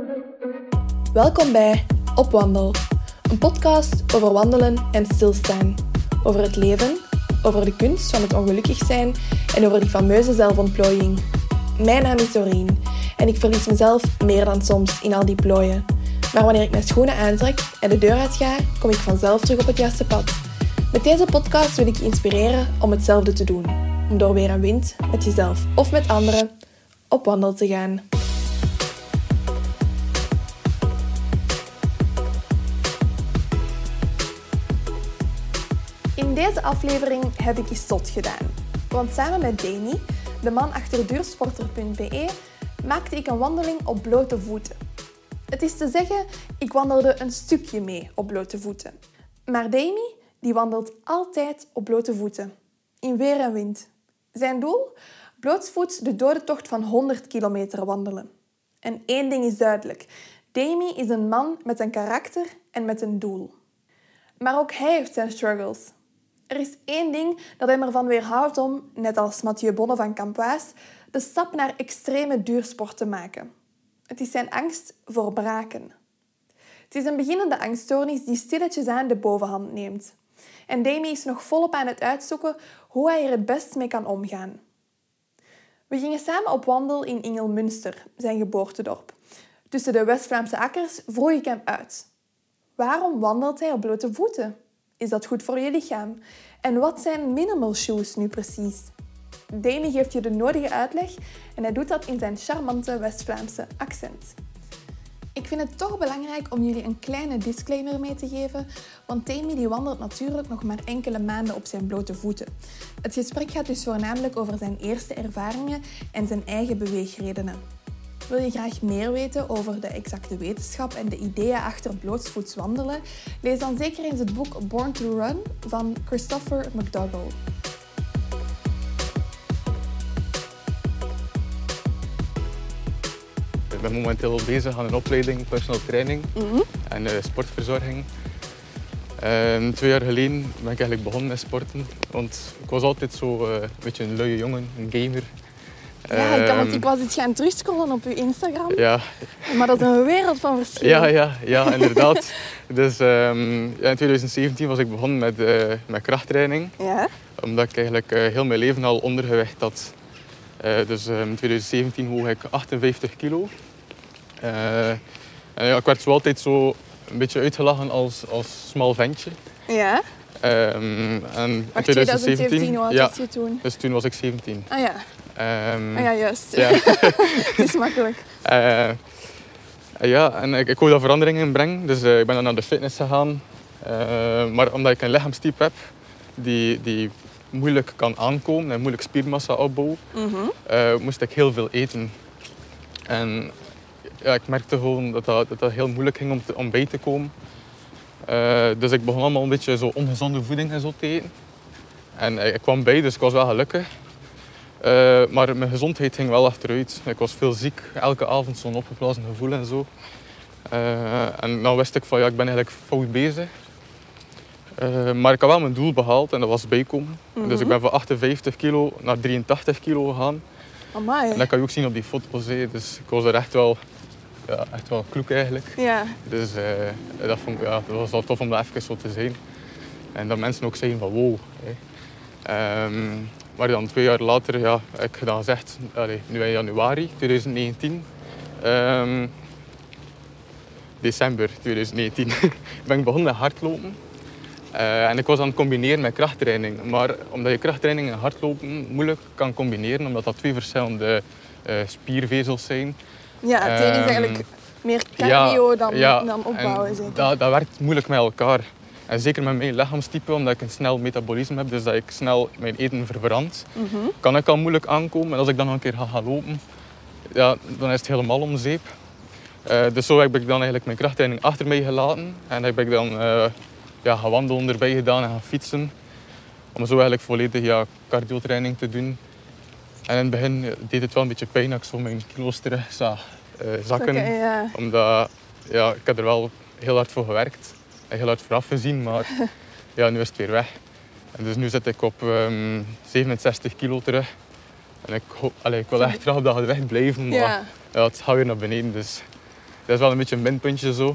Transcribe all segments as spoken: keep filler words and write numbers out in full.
Welkom bij Op Wandel, een podcast over wandelen en stilstaan. Over het leven, over de kunst van het ongelukkig zijn en over die fameuze zelfontplooiing. Mijn naam is Doreen en ik verlies mezelf meer dan soms in al die plooien. Maar wanneer ik mijn schoenen aantrek en de deur uitga, kom ik vanzelf terug op het juiste pad. Met deze podcast wil ik je inspireren om hetzelfde te doen. Om door weer en wind, met jezelf of met anderen, op wandel te gaan. In deze aflevering heb ik iets zot gedaan. Want samen met Demi, de man achter duursporter punt b e, maakte ik een wandeling op blote voeten. Het is te zeggen, ik wandelde een stukje mee op blote voeten. Maar Demi, die wandelt altijd op blote voeten. In weer en wind. Zijn doel? Blootsvoets de dodentocht van honderd kilometer wandelen. En één ding is duidelijk. Demi is een man met een karakter en met een doel. Maar ook hij heeft zijn struggles. Er is één ding dat hem ervan weerhoudt om, net als Mathieu Bonne van Campoise, de stap naar extreme duursport te maken. Het is zijn angst voor braken. Het is een beginnende angststoornis die stilletjes aan de bovenhand neemt. En Demi is nog volop aan het uitzoeken hoe hij er het best mee kan omgaan. We gingen samen op wandel in Ingelmünster, zijn geboortedorp. Tussen de West-Vlaamse akkers vroeg ik hem uit. Waarom wandelt hij op blote voeten? Is dat goed voor je lichaam? En wat zijn minimal shoes nu precies? Demi geeft je de nodige uitleg en hij doet dat in zijn charmante West-Vlaamse accent. Ik vind het toch belangrijk om jullie een kleine disclaimer mee te geven, want Demi die wandelt natuurlijk nog maar enkele maanden op zijn blote voeten. Het gesprek gaat dus voornamelijk over zijn eerste ervaringen en zijn eigen beweegredenen. Wil je graag meer weten over de exacte wetenschap en de ideeën achter blootsvoets wandelen? Lees dan zeker eens het boek Born to Run van Christopher McDougall. Ik ben momenteel bezig aan een opleiding personal training mm-hmm. en uh, sportverzorging. Uh, twee jaar geleden ben ik eigenlijk begonnen met sporten, want ik was altijd zo uh, een beetje een luie jongen, een gamer. Ja, ik, kan, want ik was iets gaan terugscrollen op uw Instagram, ja. Maar dat is een wereld van verschil. Ja, ja, ja inderdaad. dus um, ja, in twintig zeventien was ik begonnen met, uh, met krachttraining, ja. Omdat ik eigenlijk uh, heel mijn leven al ondergewicht had. Uh, dus um, in twintig zeventien woog ik achtenvijftig kilo. Uh, en ja, ik werd zo altijd zo een beetje uitgelachen als, als smal ventje. Ja. Um, en Wacht, in twintig zeventien, hoe oud ja, was je toen? Dus toen was ik zeventien. Ah ja. Um, ah ja, juist. Ja. Het is makkelijk. Uh, ja, en ik, ik wou daar veranderingen in brengen. Dus uh, ik ben dan naar de fitness gegaan. Uh, maar omdat ik een lichaamstype heb die, die moeilijk kan aankomen en moeilijk spiermassa opbouwen, mm-hmm. uh, moest ik heel veel eten. En ja, ik merkte gewoon dat dat, dat, dat heel moeilijk ging om, te, om bij te komen. Uh, dus ik begon allemaal een beetje zo ongezonde voeding en zo te eten. En uh, ik kwam bij, dus ik was wel gelukkig. Uh, maar mijn gezondheid ging wel achteruit. Ik was veel ziek, elke avond zo'n opgeblazen gevoel en zo. Uh, en dan wist ik van ja, ik ben eigenlijk fout bezig. Uh, maar ik had wel mijn doel behaald en dat was bijkomen. Mm-hmm. Dus ik ben van achtenvijftig kilo naar drieëntachtig kilo gegaan. Amai. En dat kan je ook zien op die foto's. Hè. Dus ik was er echt wel, ja, echt wel kloek eigenlijk. Ja. Dus uh, dat, vond, ja, dat was wel tof om dat even zo te zijn. En dat mensen ook zeggen van wow. Hè. Um, maar dan twee jaar later ja, heb ik dan gezegd, allez, nu in januari twintig negentien, um, december twintig negentien, ben ik begonnen met hardlopen. Uh, en ik was aan het combineren met krachttraining. Maar omdat je krachttraining en hardlopen moeilijk kan combineren, omdat dat twee verschillende uh, spiervezels zijn. Ja, het ene um, is eigenlijk meer cardio ja, dan, ja, dan opbouwen. Zeker. Dat, dat werkt moeilijk met elkaar. En zeker met mijn lichaamstype, omdat ik een snel metabolisme heb, dus dat ik snel mijn eten verbrand, mm-hmm. kan ik al moeilijk aankomen. En als ik dan nog een keer ga gaan lopen, ja, dan is het helemaal om zeep. Uh, dus zo heb ik dan eigenlijk mijn krachttraining achter mij gelaten. En heb ik dan uh, ja, gaan wandelen erbij gedaan en gaan fietsen. Om zo eigenlijk volledig ja, cardiotraining te doen. En in het begin deed het wel een beetje pijn dat ik zo mijn kilo's terug zag uh, zakken. Zakken, ja. Omdat ja, ik heb er wel heel hard voor gewerkt. En heel hard vooraf gezien, maar ja, nu is het weer weg. En dus nu zit ik op um, zevenenzestig kilo terug. En ik, allez, ik wil echt graag op dat gewicht blijven, maar ja. Ja, het gaat weer naar beneden. Dus dat is wel een beetje een minpuntje zo.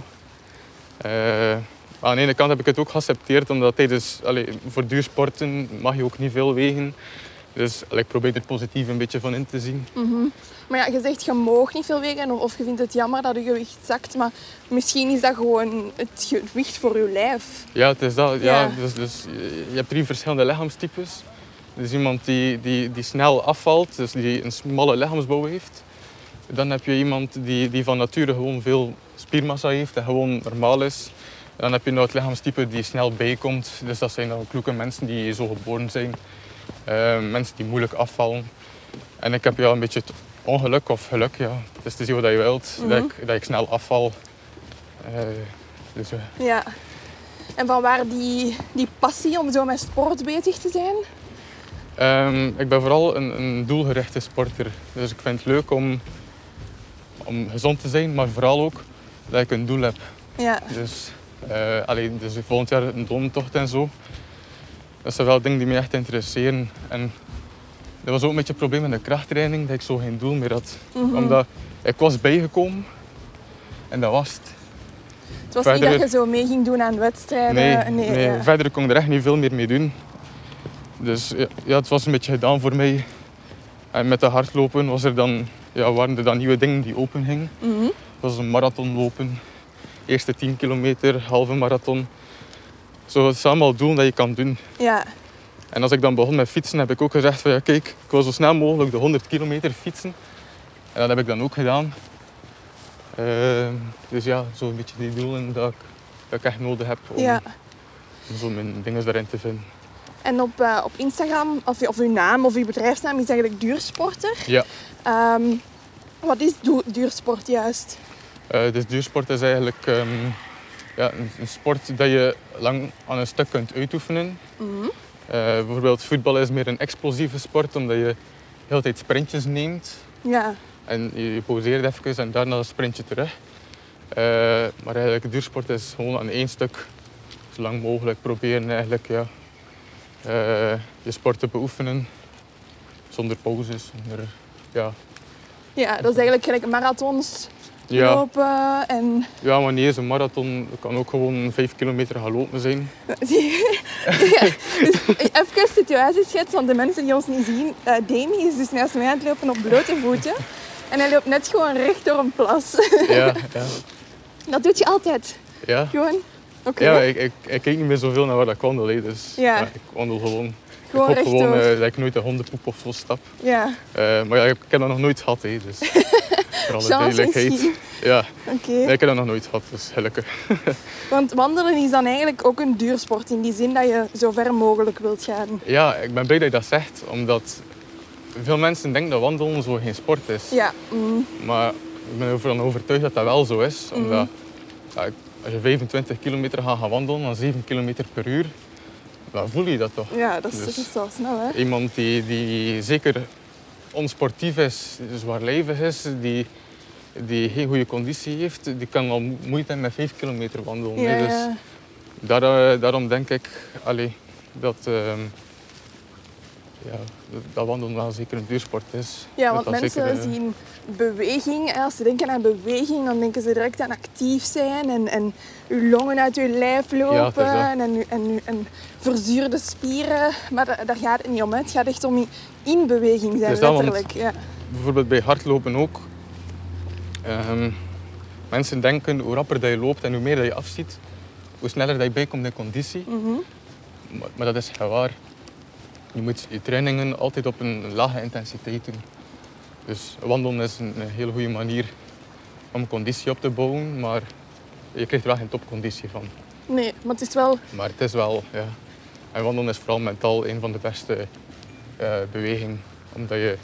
Uh, aan de ene kant heb ik het ook geaccepteerd, omdat tijdens, allee, voor duursporten mag je ook niet veel wegen. Dus allee, ik probeer er positief een beetje van in te zien. Mm-hmm. Maar ja, je zegt je mag niet veel wegen of, of je vindt het jammer dat je gewicht zakt. Maar misschien is dat gewoon het gewicht voor je lijf. Ja, het is dat. Ja. Ja. Dus, dus, je hebt drie verschillende lichaamstypes. Dus iemand die, die, die snel afvalt, dus die een smalle lichaamsbouw heeft. Dan heb je iemand die, die van nature gewoon veel spiermassa heeft en gewoon normaal is. En dan heb je nou het lichaamstype die snel bijkomt. Dus dat zijn dan kloeke mensen die zo geboren zijn. Uh, mensen die moeilijk afvallen. En ik heb ja een beetje het ongeluk of geluk, ja. Het is te zien wat je wilt, mm-hmm. dat, ik, dat ik snel afval. Uh, dus, uh. Ja. En van waar die, die passie om zo met sport bezig te zijn? Um, ik ben vooral een, een doelgerichte sporter. Dus ik vind het leuk om, om gezond te zijn, maar vooral ook dat ik een doel heb. Ja. Dus, uh, allee, dus volgend jaar een dodentocht en zo. Dat zijn wel dingen die mij echt interesseren. En dat was ook een beetje het probleem met de krachttraining, dat ik zo geen doel meer had. Mm-hmm. Omdat ik was bijgekomen en dat was het. Het was verder... niet dat je zo mee ging doen aan wedstrijden? Nee, nee, nee. Ja. Verder kon ik er echt niet veel meer mee doen. Dus ja, het was een beetje gedaan voor mij. En met de hardlopen was er dan, ja, waren er dan nieuwe dingen die open gingen. Mm-hmm. Dat was een marathon lopen. Eerste tien kilometer, halve marathon. Zo, het is allemaal doelen dat je kan doen. Ja. En als ik dan begon met fietsen, heb ik ook gezegd van ja, kijk, ik wil zo snel mogelijk de honderd kilometer fietsen. En dat heb ik dan ook gedaan. Uh, dus ja, zo'n beetje die doelen dat ik, dat ik echt nodig heb om, ja. om zo mijn dingen daarin te vinden. En op, uh, op Instagram, of, of uw naam of uw bedrijfsnaam is eigenlijk duursporter. Ja. Um, wat is du- duursport juist? Uh, dus duursport is eigenlijk um, ja, een, een sport dat je lang aan een stuk kunt uitoefenen. Mm-hmm. Uh, bijvoorbeeld voetbal is meer een explosieve sport, omdat je de hele tijd sprintjes neemt. Ja. En je, je pauzeert even en daarna een sprintje terug. Uh, maar eigenlijk duursport is gewoon aan één stuk zo lang mogelijk proberen eigenlijk, ja, uh, je sport te beoefenen. Zonder pauzes. Zonder, ja. ja, dat is eigenlijk gelijk marathons ja. lopen en... Ja, maar niet eens een marathon. Het kan ook gewoon vijf kilometer gaan lopen zijn. ja, dus even de situatie schetsen, want de mensen die ons niet zien. Uh, Demi is dus naast mij aan het lopen op blote voeten. En hij loopt net gewoon recht door een plas. Ja, ja. Dat doet je altijd? Ja. Gewoon? Oké. Okay. Ja, ik, ik, ik kijk niet meer zoveel naar waar ik wandel. He. Dus ja. Ja, ik wandel gewoon. Gewoon ik hoop gewoon uh, dat ik nooit een hondenpoep of zo stap. Ja. Uh, maar ja, ik heb dat nog nooit gehad. He, dus voor alle duidelijkheid. Ja. Okay. Nee, ik heb dat nog nooit gehad, dus gelukkig. Want wandelen is dan eigenlijk ook een duursport in die zin dat je zo ver mogelijk wilt gaan. Ja, ik ben blij dat je dat zegt, omdat veel mensen denken dat wandelen zo geen sport is. Ja. Mm. Maar ik ben ervan overtuigd dat dat wel zo is. Mm. Omdat ja, als je vijfentwintig kilometer gaat gaan wandelen, dan zeven kilometer per uur, dan voel je dat toch. Ja, dat is, dus dat is wel snel, hè? Iemand die, die zeker onsportief is, zwaarlijvig is, die, die geen goede conditie heeft, die kan al moeite hebben met vijf kilometer wandelen. Ja, dus ja. daar, daarom denk ik allee, dat, uh, ja, dat wandelen wel zeker een duursport is. Ja, want dat mensen zeker, uh, zien beweging. Als ze denken aan beweging, dan denken ze direct aan actief zijn en, en uw longen uit uw lijf lopen ja, en, en, en, en verzuurde spieren. Maar da, daar gaat het niet om. Hè. Het gaat echt om in beweging zijn, dat, letterlijk. Ja. Bijvoorbeeld bij hardlopen ook. Um, mensen denken hoe rapper dat je loopt en hoe meer dat je afziet, hoe sneller dat je bijkomt in conditie. Mm-hmm. Maar, maar dat is geen waar. Je moet je trainingen altijd op een lage intensiteit doen. Dus wandelen is een, een hele goede manier om conditie op te bouwen, maar je krijgt er wel geen topconditie van. Nee, maar het is wel... Maar het is wel, ja. En wandelen is vooral mentaal een van de beste uh, bewegingen. Omdat je,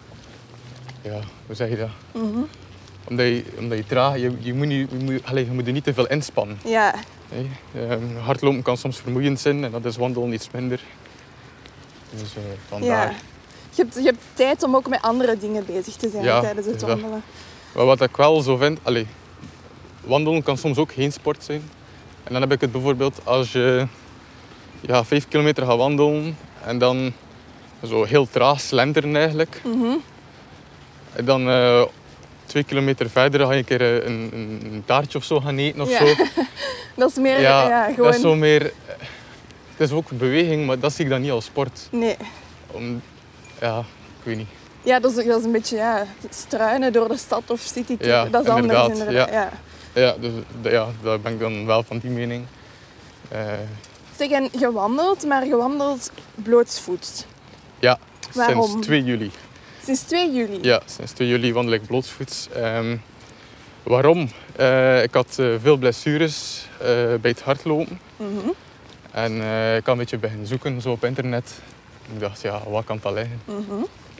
ja, hoe zeg je dat? Mm-hmm. Omdat je, omdat je traag, je, je, moet niet, je, moet, allez, je moet er niet te veel inspannen. Ja. Nee? Um, hardlopen kan soms vermoeiend zijn en dat is wandelen iets minder. Dus uh, vandaar. Ja. Je hebt, je hebt tijd om ook met andere dingen bezig te zijn ja, tijdens het wandelen. Maar wat ik wel zo vind, allez, wandelen kan soms ook geen sport zijn. En dan heb ik het bijvoorbeeld als je ja, vijf kilometer gaat wandelen en dan zo heel traag slenteren eigenlijk. Mm-hmm. En dan uh, twee kilometer verder ga je een keer een, een, een taartje of zo gaan eten of Ja. zo. Dat is meer, Ja, ja, gewoon... dat is zo meer... Het is ook beweging, maar dat zie ik dan niet als sport. Nee. Om, ja, ik weet niet. Ja, dat is, dat is een beetje ja, struinen door de stad of city. Ja, dat is inderdaad, anders inderdaad. Ja. Ja, ja, dus d- ja, daar ben ik dan wel van die mening. Eh, Zeg, en je wandelt, maar je wandelt blootsvoets. ja, Waarom? sinds twee juli. Sinds twee juli? Ja, sinds twee juli wandel ik blootsvoets. Ehm, waarom? Eh, ik had eh, veel blessures eh, bij het hardlopen. Mhm. En eh, ik had een beetje beginnen zoeken zo op internet. Ik dacht, ja, wat kan dat liggen? Mhm.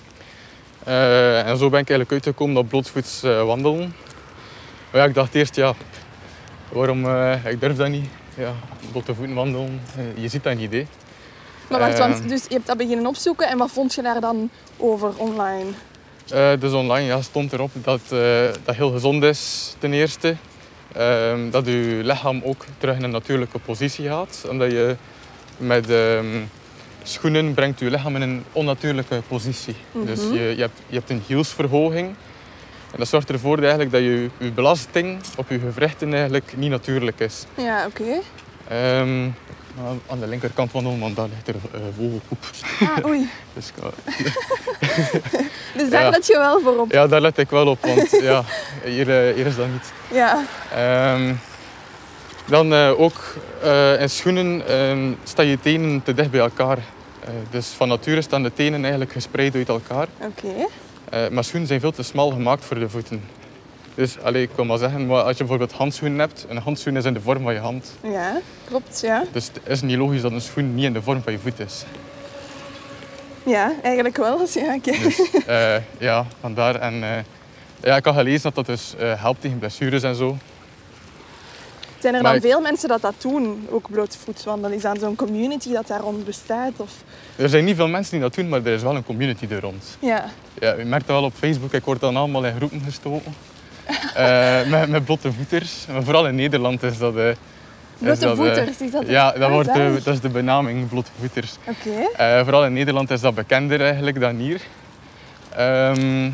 Eh, en zo ben ik eigenlijk uitgekomen op blootsvoets eh, wandelen. Maar ja, ik dacht eerst, ja, waarom, eh, ik durf dat niet. Ja, blote voeten wandelen, eh, je ziet dat niet, hè. Maar wacht, want Ehm. dus je hebt dat beginnen opzoeken en wat vond je daar dan over online? Eh, dus online ja, stond erop dat eh, dat heel gezond is, ten eerste. Ehm, dat je lichaam ook terug in een natuurlijke positie gaat. Omdat je met ehm, schoenen brengt je lichaam in een onnatuurlijke positie. Mhm. Dus je, je, hebt, je hebt een hielsverhoging. En dat zorgt ervoor eigenlijk dat je, je belasting op je gewrichten eigenlijk niet natuurlijk is. Ja, oké. Ehm, maar aan de linkerkant van de want daar ligt er uh, vogelpoep. Ah, oei. Dus, ik ga- Dus daar Ja. let je wel voor op. ja, daar let ik wel op, want ja, hier, eh, hier is dat niet. Ja. Ehm, dan eh, ook eh, in schoenen ehm, staan je tenen te dicht bij elkaar. Eh, dus van nature staan de tenen eigenlijk gespreid uit elkaar. Oké. Eh, maar schoenen zijn veel te smal gemaakt voor de voeten. Dus allee, ik wil maar zeggen, maar als je bijvoorbeeld handschoenen hebt, een handschoen is in de vorm van je hand. Ja, klopt, ja. Dus het is niet logisch dat een schoen niet in de vorm van je voet is. Ja, eigenlijk wel. Ja, oké. Dus eh, ja, vandaar. En eh, ja, ik had gelezen dat dat dus eh, helpt tegen blessures en zo. Zijn er Maar dan ik- veel mensen dat dat doen, ook blootvoets wandelen? Is dat zo'n community dat daar rond bestaat? Of... Er zijn niet veel mensen die dat doen, maar er is wel een community er rond. Ja. Ja, je merkt dat wel op Facebook, ik word dan allemaal in groepen gestoken. Eh, met, met blote voeters. Maar vooral in Nederland is dat... eh, is Blote dat, eh, voeters, is dat? ja, dat, Ah, wordt, eh, zalig. dat is de benaming, blote voeters. Oké. Eh, vooral in Nederland is dat bekender eigenlijk dan hier. Ehm,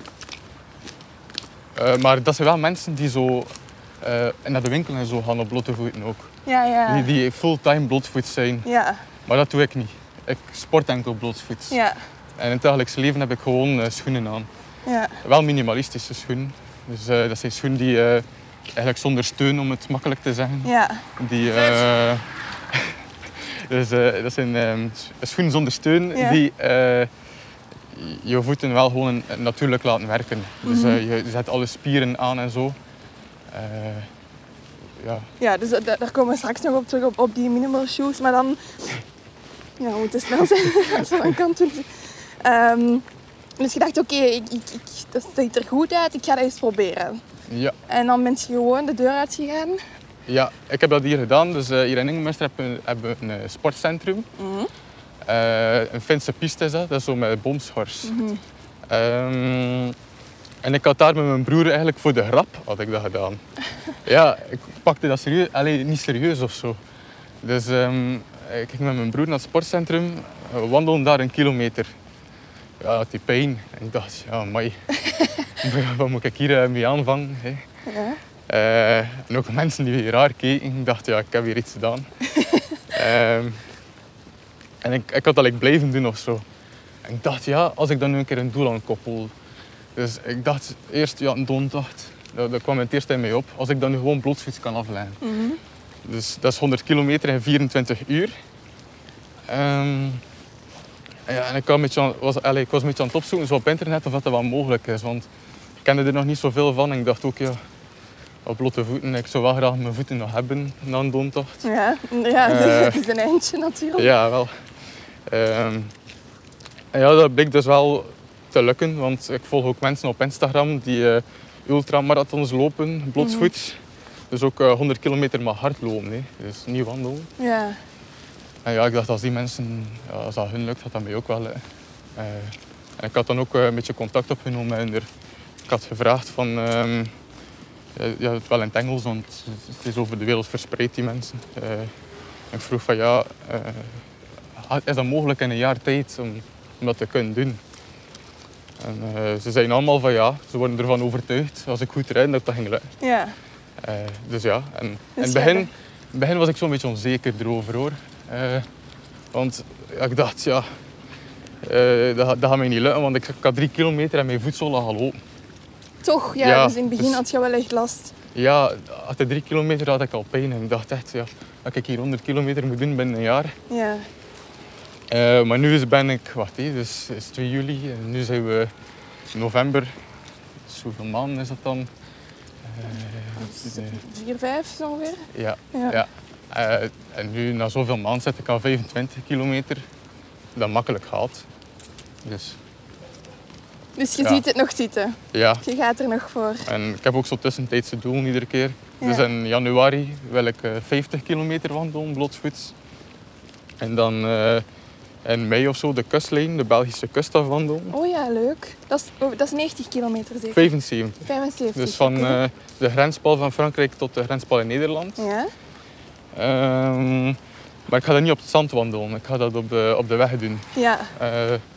eh, maar dat zijn wel mensen die zo eh, naar de winkel en zo gaan op blote voeten ook. Ja, ja. Die, die fulltime blootvoets zijn. Ja, Maar dat doe ik niet. Ik sport enkel blootvoets. ja, En in het dagelijks leven heb ik gewoon eh, schoenen aan. ja. Wel minimalistische schoenen. Dus eh, dat zijn schoenen die eh, eigenlijk zonder steun, om het makkelijk te zeggen. Ja, Die, eh, dus, eh, dat zijn eh, schoenen zonder steun Ja. die eh, je voeten wel gewoon natuurlijk laten werken. Dus Mhm. eh, je zet alle spieren aan en zo. Eh, ja. ja, dus da- daar komen we straks nog op terug, op, op die minimal shoes. Maar dan... Ja, we moeten snel zijn als we dat kan doen. Ehm, dus je dacht, oké, ik, ik, ik, dat ziet er goed uit, ik ga dat eens proberen. Ja. En dan ben je gewoon de deur uitgegaan. ja, ik heb dat hier gedaan. Dus eh, hier in Ingelmester hebben we, hebben we een eh, sportcentrum. Mhm. Eh, een Finse piste is dat, dat is zo met boomschors. Mhm. Ehm, en ik had daar met mijn broer eigenlijk voor de grap had ik dat gedaan. Ja, ik pakte dat serieus, alleen niet serieus of zo. Dus ehm, ik ging met mijn broer naar het sportcentrum, we wandelden daar een kilometer. Ja, had die pijn. En ik dacht, ja, amai, wat moet ik hier eh, mee aanvangen? Hè? Ja. Eh, en ook mensen die weer raar keken. Ik dacht, ja, ik heb hier iets gedaan. Ehm, en ik, ik had dat like, blijven doen of zo. En ik dacht, ja, als ik dan nu een keer een doel aan koppel. Dus ik dacht eerst, ja, een doontocht. Dat, dat kwam het eerst in mij op. Als ik dan nu gewoon blootsvoets kan afleggen. Mhm. Dus dat is honderd kilometer in vierentwintig uur. Ehm, ja, en ik, was een beetje aan, was, allez, ik was een beetje aan het opzoeken zo op internet of dat, dat wel mogelijk is. Want ik kende er nog niet zoveel van. En ik dacht ook, ja, op blote voeten, ik zou wel graag mijn voeten nog hebben na een doontocht. Ja, ja Eh, het is een eindje natuurlijk. Ja, wel. Ehm, en ja, dat bleek dus wel te lukken, want ik volg ook mensen op Instagram die uh, ultramarathons lopen, blootsvoets. Dus ook uh, honderd kilometer maar hardlopen, hè. Dus niet wandelen. Ja. En ja, ik dacht als die mensen, ja, als dat hun lukt, gaat dat mij ook wel lukken. Uh, en ik had dan ook uh, een beetje contact opgenomen en er, ik had gevraagd van, um, ja, ja, het wel in het Engels, want het is over de wereld verspreid, die mensen. Uh, en ik vroeg van ja, uh, is dat mogelijk in een jaar tijd om, om dat te kunnen doen? En uh, ze zeiden allemaal van ja, ze worden ervan overtuigd als ik goed rijd dat dat ging lukken. Ja. Uh, dus ja, en in Dus het begin, in het begin was ik zo'n beetje onzeker erover hoor. Uh, want ja, ik dacht ja, uh, dat, dat gaat mij niet lukken, want ik, ik had drie kilometer en mijn voetzolen gaan lopen. Toch? Ja, ja, dus in het begin dus, had je wel echt last. Ja, achter drie kilometer had ik al pijn en ik dacht echt ja, dat ik hier honderd kilometer moet doen binnen een jaar. Ja. Uh, maar nu ben ik, wacht hé, dus het is twee juli en nu zijn we november. Dus hoeveel maanden is dat dan? Uh, Vier, vijf zo ongeveer? Ja. ja. ja. Uh, en nu na zoveel maanden zit ik al vijfentwintig kilometer. Dat makkelijk gaat. Dus, dus je ja. ziet het nog zitten? Ja. Je gaat er nog voor? En ik heb ook zo tussentijdse doelen iedere keer. Ja. Dus in januari wil ik uh, vijftig kilometer wandelen, blootsvoets. En dan uh, in mei of zo de kustlijn, de Belgische kust afwandelen. Oh ja, leuk. Dat is, oh, dat is negentig kilometer zeker? vijfenzeventig. vijfenzeventig. Dus van uh, de grenspaal van Frankrijk tot de grenspaal in Nederland. Ja. Um, maar ik ga dat niet op het zand wandelen, ik ga dat op de, op de weg doen. Ja. Uh,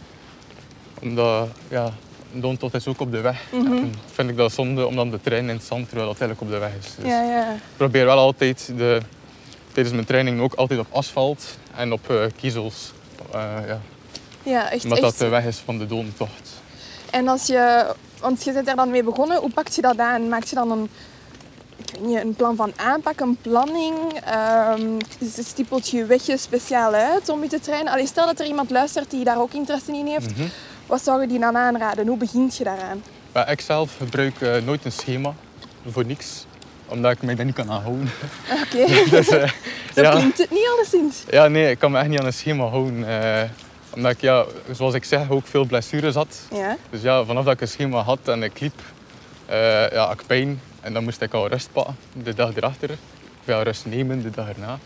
omdat, ja, Doorntot is ook op de weg. Mm-hmm. En vind ik dat zonde om dan de trein in het zand terwijl dat eigenlijk op de weg is. Dus ja, ja. ik probeer wel altijd de, tijdens mijn training ook altijd op asfalt en op uh, kiezels. Uh, ja. Ja, echt. Omdat dat echt. de weg is van de dodentocht. En als je, want je bent er dan mee begonnen, hoe pak je dat aan? Maak je dan een, ik weet niet, een plan van aanpak, een planning? Um, stippelt je wegje speciaal uit om je te trainen? Allee, stel dat er iemand luistert die daar ook interesse in heeft. Mm-hmm. Wat zou je die dan aanraden? Hoe begint je daaraan? Ja, ik zelf gebruik uh, nooit een schema, voor niks. Omdat ik mij daar niet kan aan houden. Oké. Okay. dus, uh, Zo ja. klinkt het niet alleszins. Ja, nee, ik kan me echt niet aan een schema houden. Uh, omdat ik, ja, zoals ik zeg, ook veel blessures had. Ja. Dus ja, vanaf dat ik een schema had en ik liep, uh, ja, had ik pijn. En dan moest ik al rust pakken, de dag erachter. Of ja, rust nemen, de dag erna.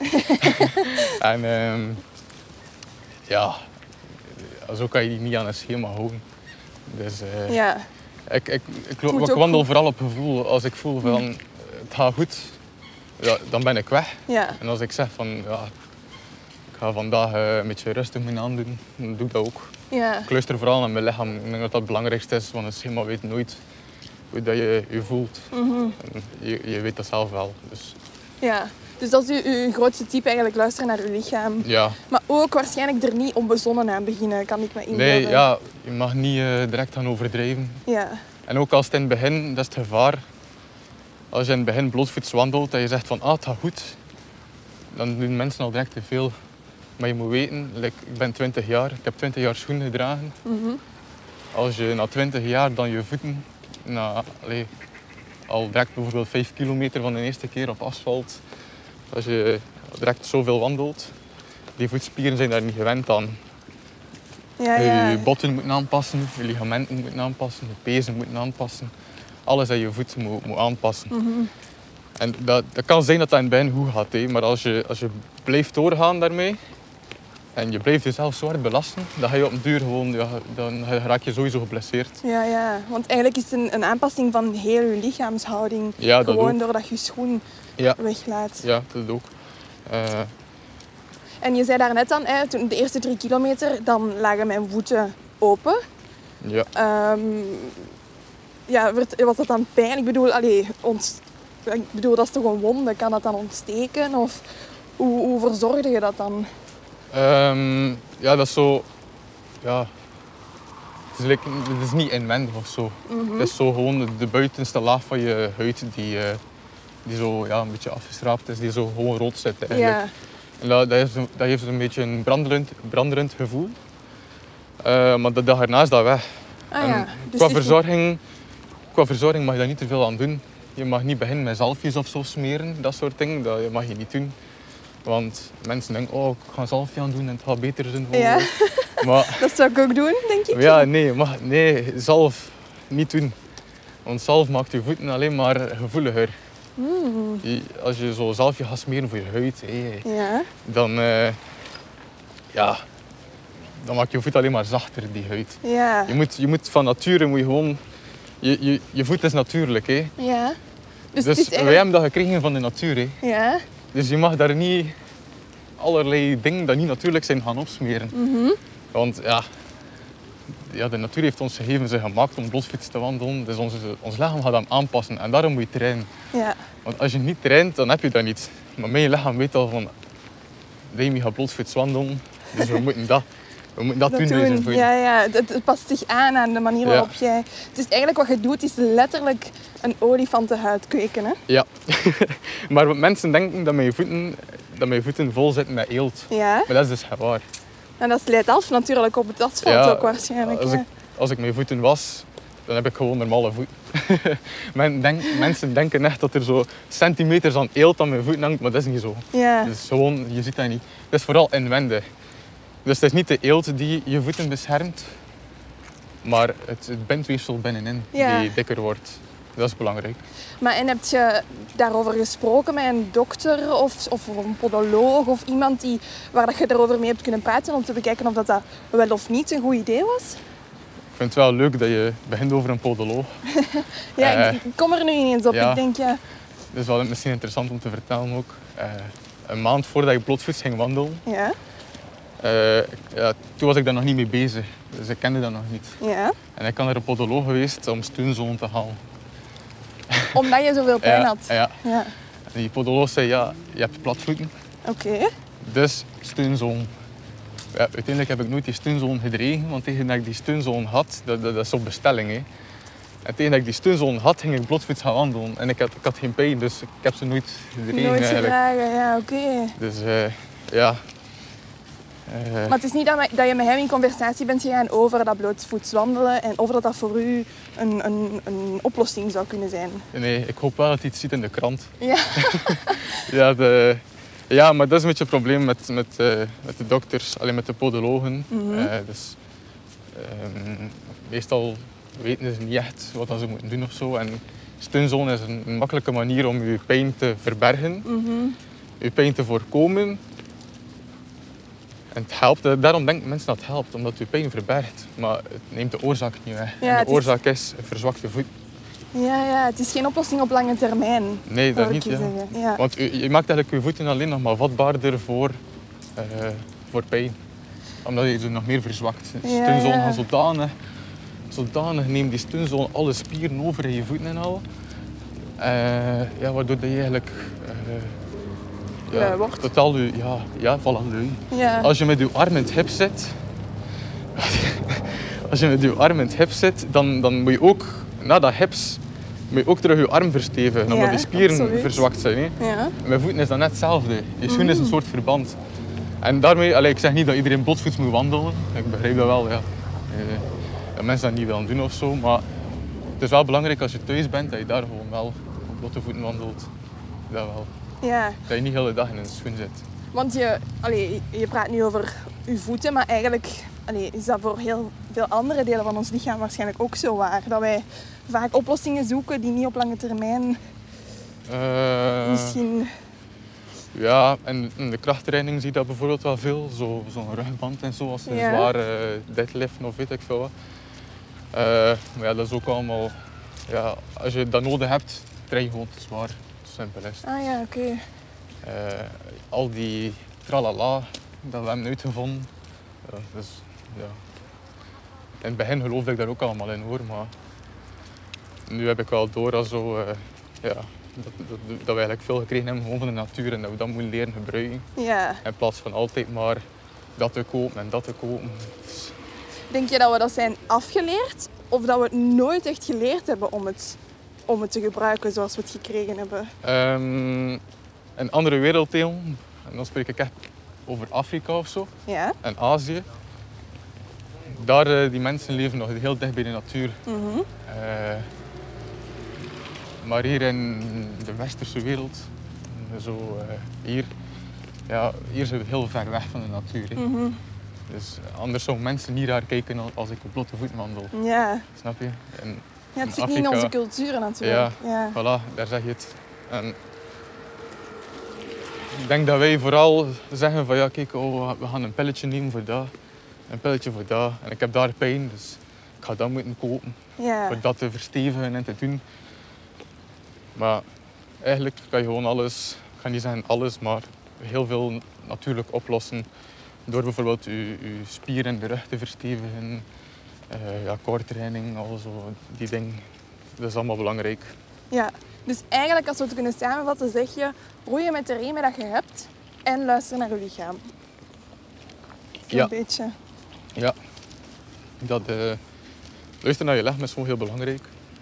en um, ja, zo kan je die niet aan een schema houden. Dus uh, ja. ik, ik, ik, ik, ik wandel goed. Vooral op gevoel. Als ik voel van het gaat goed, ja, dan ben ik weg. Ja. En als ik zeg van ja, ik ga vandaag uh, een beetje rustig mijn aan doen, dan doe ik dat ook. Ja. Ik luister vooral naar mijn lichaam. Ik denk dat dat het belangrijkste is, want een schema weet nooit hoe dat je je voelt. Mm-hmm. En je, je weet dat zelf wel. Dus. Ja. Dus dat is uw, uw grootste tip, eigenlijk luisteren naar uw lichaam. Ja. Maar ook waarschijnlijk er niet onbezonnen aan beginnen, kan ik me inbeelden. Nee, ja, je mag niet uh, direct gaan overdrijven. Ja. En ook als het in het begin, dat is het gevaar. Als je in het begin blootvoets wandelt en je zegt van ah, het gaat goed, dan doen mensen al direct te veel. Maar je moet weten, like, ik ben twintig jaar, ik heb twintig jaar schoenen gedragen. Mm-hmm. Als je na twintig jaar dan je voeten, na, allez, al direct bijvoorbeeld vijf kilometer van de eerste keer op asfalt, als je direct zoveel wandelt, die voetspieren zijn daar niet gewend aan. Ja, ja. Je botten moeten aanpassen, je ligamenten moeten aanpassen, je pezen moeten aanpassen. Alles aan je voet moet, moet aanpassen. Mm-hmm. En dat, dat kan zijn dat dat in het begin goed gaat, hè. Maar als je, als je blijft doorgaan daarmee en je blijft jezelf zo hard belasten, dan ga je op een duur gewoon, ja, dan raak je sowieso geblesseerd. Ja, ja. Want eigenlijk is het een, een aanpassing van heel je lichaamshouding. Ja, dat gewoon ook. doordat je je schoen ja. weglaat. Ja, dat ook. Uh, En je zei daarnet dan, hè, toen de eerste drie kilometer, dan lagen mijn voeten open. Ja. Um, ja, was dat dan pijn? Ik bedoel, allee, ont, ik bedoel, dat is toch een wonde? Kan dat dan ontsteken? Of hoe, hoe verzorgde je dat dan? Um, ja, dat is zo... Ja... Het is, like, het is niet inwendig of zo. Mm-hmm. Het is zo gewoon de, de buitenste laag van je huid die, uh, die zo ja, een beetje afgeschraapt is, die zo gewoon rood zit eigenlijk. Ja. En dat, dat, heeft, dat heeft een beetje een branderend, branderend gevoel. Uh, maar de dag erna is dat weg. Ah, ja. Dus qua, dit... verzorging, qua verzorging mag je daar niet te veel aan doen. Je mag niet beginnen met zalfjes of zo smeren, dat soort dingen. Dat mag je niet doen. Want mensen denken, oh, ik ga een zalfje aan doen en het gaat beter zijn. Ja. Maar, dat zou ik ook doen, denk ik. Ja, nee, mag, nee, zalf niet doen. Want zalf maakt je voeten alleen maar gevoeliger. Mm. Je, als je zo'n zalfje gaat smeren voor je huid, hey, ja. dan, uh, ja, dan maakt je voet alleen maar zachter, die huid. Ja. Je moet, je moet van nature moet je gewoon... Je, je, je voet is natuurlijk, hè. Ja. Dus, dus dus eigenlijk... wij hebben dat gekregen van de natuur, hè. Ja. Dus je mag daar niet allerlei dingen die niet natuurlijk zijn gaan opsmeren. Mm-hmm. Want ja, ja, de natuur heeft ons gegeven ze gemaakt om blootvoets te wandelen. Dus onze, ons lichaam gaat hem aanpassen en daarom moet je trainen. Ja. Want als je niet traint, dan heb je dat niet. Maar mijn lichaam weet al van, Demi gaat blootvoets wandelen, dus we moeten dat, we moeten dat, Dat doen. doen. Deze voeten. Ja, ja. Het, het past zich aan aan de manier waarop Ja. jij... Dus eigenlijk wat je doet, is letterlijk een olifantenhuid kweken, hè? Ja. Maar wat mensen denken dat mijn voeten, dat mijn voeten vol zitten met eelt. Ja. Maar dat is dus geen waar. En dat slijt af natuurlijk op het asfalt Ja, ook waarschijnlijk. Als hè. ik, als ik mijn voeten was, dan heb ik gewoon normale voeten. Men denk, mensen denken echt dat er zo centimeters aan eelt aan mijn voeten hangt, maar dat is niet zo. Ja. Dus gewoon, je ziet dat niet. Het is vooral inwendig. Dus het is niet de eelt die je voeten beschermt, maar het, het bindweefsel binnenin Ja. die dikker wordt. Dat is belangrijk. Maar en heb je daarover gesproken met een dokter of, of een podoloog of iemand die, waar dat je erover mee hebt kunnen praten om te bekijken of dat, dat wel of niet een goed idee was? Ik vind het wel leuk dat je begint over een podoloog. Ja, Eh, ik, ik kom er nu ineens op. ja. Ik denk, ja, Dus wel misschien interessant om te vertellen ook. Uh, een maand voordat ik blootvoets ging wandelen, ja, uh, ja, toen was ik daar nog niet mee bezig. Dus ik kende dat nog niet. ja. En ik ben naar een podoloog geweest om steunzolen te halen. Omdat je zoveel pijn Ja, had. ja. Ja. En die podoloog zei, ja, je hebt platvoeten, Oké. dus steunzolen. Ja, uiteindelijk heb ik nooit die steunzolen gedragen, want tegen dat ik die steunzolen had, dat, dat, dat is op bestelling. Hè. En tegen dat ik die steunzolen had, ging ik blootvoets gaan wandelen. En ik had, ik had geen pijn, dus ik heb ze nooit gedragen Nooit eigenlijk. gedragen, ja, oké. Dus uh, ja. Uh, Maar het is niet dat, me- dat je met hem in conversatie bent gegaan over dat blootvoets wandelen en over dat dat voor u een, een, een oplossing zou kunnen zijn. nee, ik hoop wel dat hij het ziet in de krant. Ja. Ja, de, ja, maar dat is een beetje het probleem met, met, uh, met de dokters, alleen met de podologen. Mhm. Uh, dus, um, meestal weten ze niet echt wat ze moeten doen of zo. En steunzone is een, een makkelijke manier om je pijn te verbergen, Mhm. je pijn te voorkomen. En het helpt, daarom denken mensen dat het helpt, omdat je pijn verbergt. Maar het neemt de oorzaak niet weg. Ja, en het de is- oorzaak is een verzwakte voet. Ja, ja, het is geen oplossing op lange termijn. Nee, dat wil niet. ik je Ja. zeggen. Ja. Want je, je maakt eigenlijk je voeten alleen nog maar vatbaarder voor, uh, voor pijn. Omdat je ze nog meer verzwakt. Ja, Steunzolen ja. gaan zodanig, zodanig neemt die steunzolen alle spieren over in je voeten en al. Uh, ja, waardoor dat je eigenlijk uh, Lui ja, wordt. totaal je, ja, ja, voilà, lui. Ja. Als je met je arm in het hip zit, als je met je arm in het hip zit, dan, dan moet je ook na dat hips moet je ook terug je arm verstevigen, Ja, omdat die spieren absoluut. verzwakt zijn. Hè. Ja. Mijn voeten is dan net hetzelfde. Je schoen is een soort verband. En daarmee, allee, ik zeg niet dat iedereen blootvoets moet wandelen. Ik begrijp dat wel, ja. Eh, dat mensen dat niet willen doen of zo. Maar het is wel belangrijk als je thuis bent dat je daar gewoon wel op blote voeten wandelt. Dat wel. Ja, Dat je niet de hele dag in een schoen zit. want je, allee, je praat nu over je voeten, maar eigenlijk allee, is dat voor heel veel andere delen van ons lichaam waarschijnlijk ook zo waar. Dat wij vaak oplossingen zoeken die niet op lange termijn Eh, misschien... Ja, en in de krachttraining zie je dat bijvoorbeeld wel veel. Zo, zo'n rugband en zo, als ze Ja. zwaar uh, deadliften of weet ik veel wat. Uh, maar ja, dat is ook allemaal... Ja, als je dat nodig hebt, train je gewoon te zwaar. Simpel is het. Ah ja, oké. Uh, al die tralala dat we hebben uitgevonden. Ja, dus, ja. In het begin geloofde ik daar ook allemaal in hoor, maar nu heb ik wel door als zo, uh, ja, dat, dat, dat we eigenlijk veel gekregen hebben gewoon van de natuur en dat we dat moeten leren gebruiken. Ja. In plaats van altijd maar dat te kopen en dat te kopen. Dus, Denk je dat we dat zijn afgeleerd of dat we het nooit echt geleerd hebben om het, om het te gebruiken zoals we het gekregen hebben? um, in andere werelddelen, en dan spreek ik echt over Afrika of zo, Ja. en Azië, daar uh, die mensen leven nog heel dicht bij de natuur. Mhm. Uh, maar hier in de westerse wereld, zo uh, hier, ja, hier zijn we heel ver weg van de natuur. Hè. Mhm. Dus anders zouden mensen niet raar kijken als ik op blote voeten wandel. Ja. Snap je? En Ja, het in zit niet in Afrika- onze cultuur natuurlijk. Ja. Voilà, daar zeg je het. En ik denk dat wij vooral zeggen van ja, kijk, oh, we gaan een pilletje nemen voor dat, een pilletje voor dat. En ik heb daar pijn, dus ik ga dat moeten kopen. Ja. Voor dat te verstevigen en te doen. Maar eigenlijk kan je gewoon alles, ik ga niet zeggen alles, maar heel veel natuurlijk oplossen. Door bijvoorbeeld je, je spieren in de rug te verstevigen. Uh, ja, core training, al zo, die dingen. Dat is allemaal belangrijk. Ja, dus eigenlijk als we het kunnen samenvatten, zeg je roeien met de riemen dat je hebt en luister naar je lichaam. Zo'n ja. beetje. Ja. Dat, uh, luisteren naar je lichaam is gewoon heel belangrijk.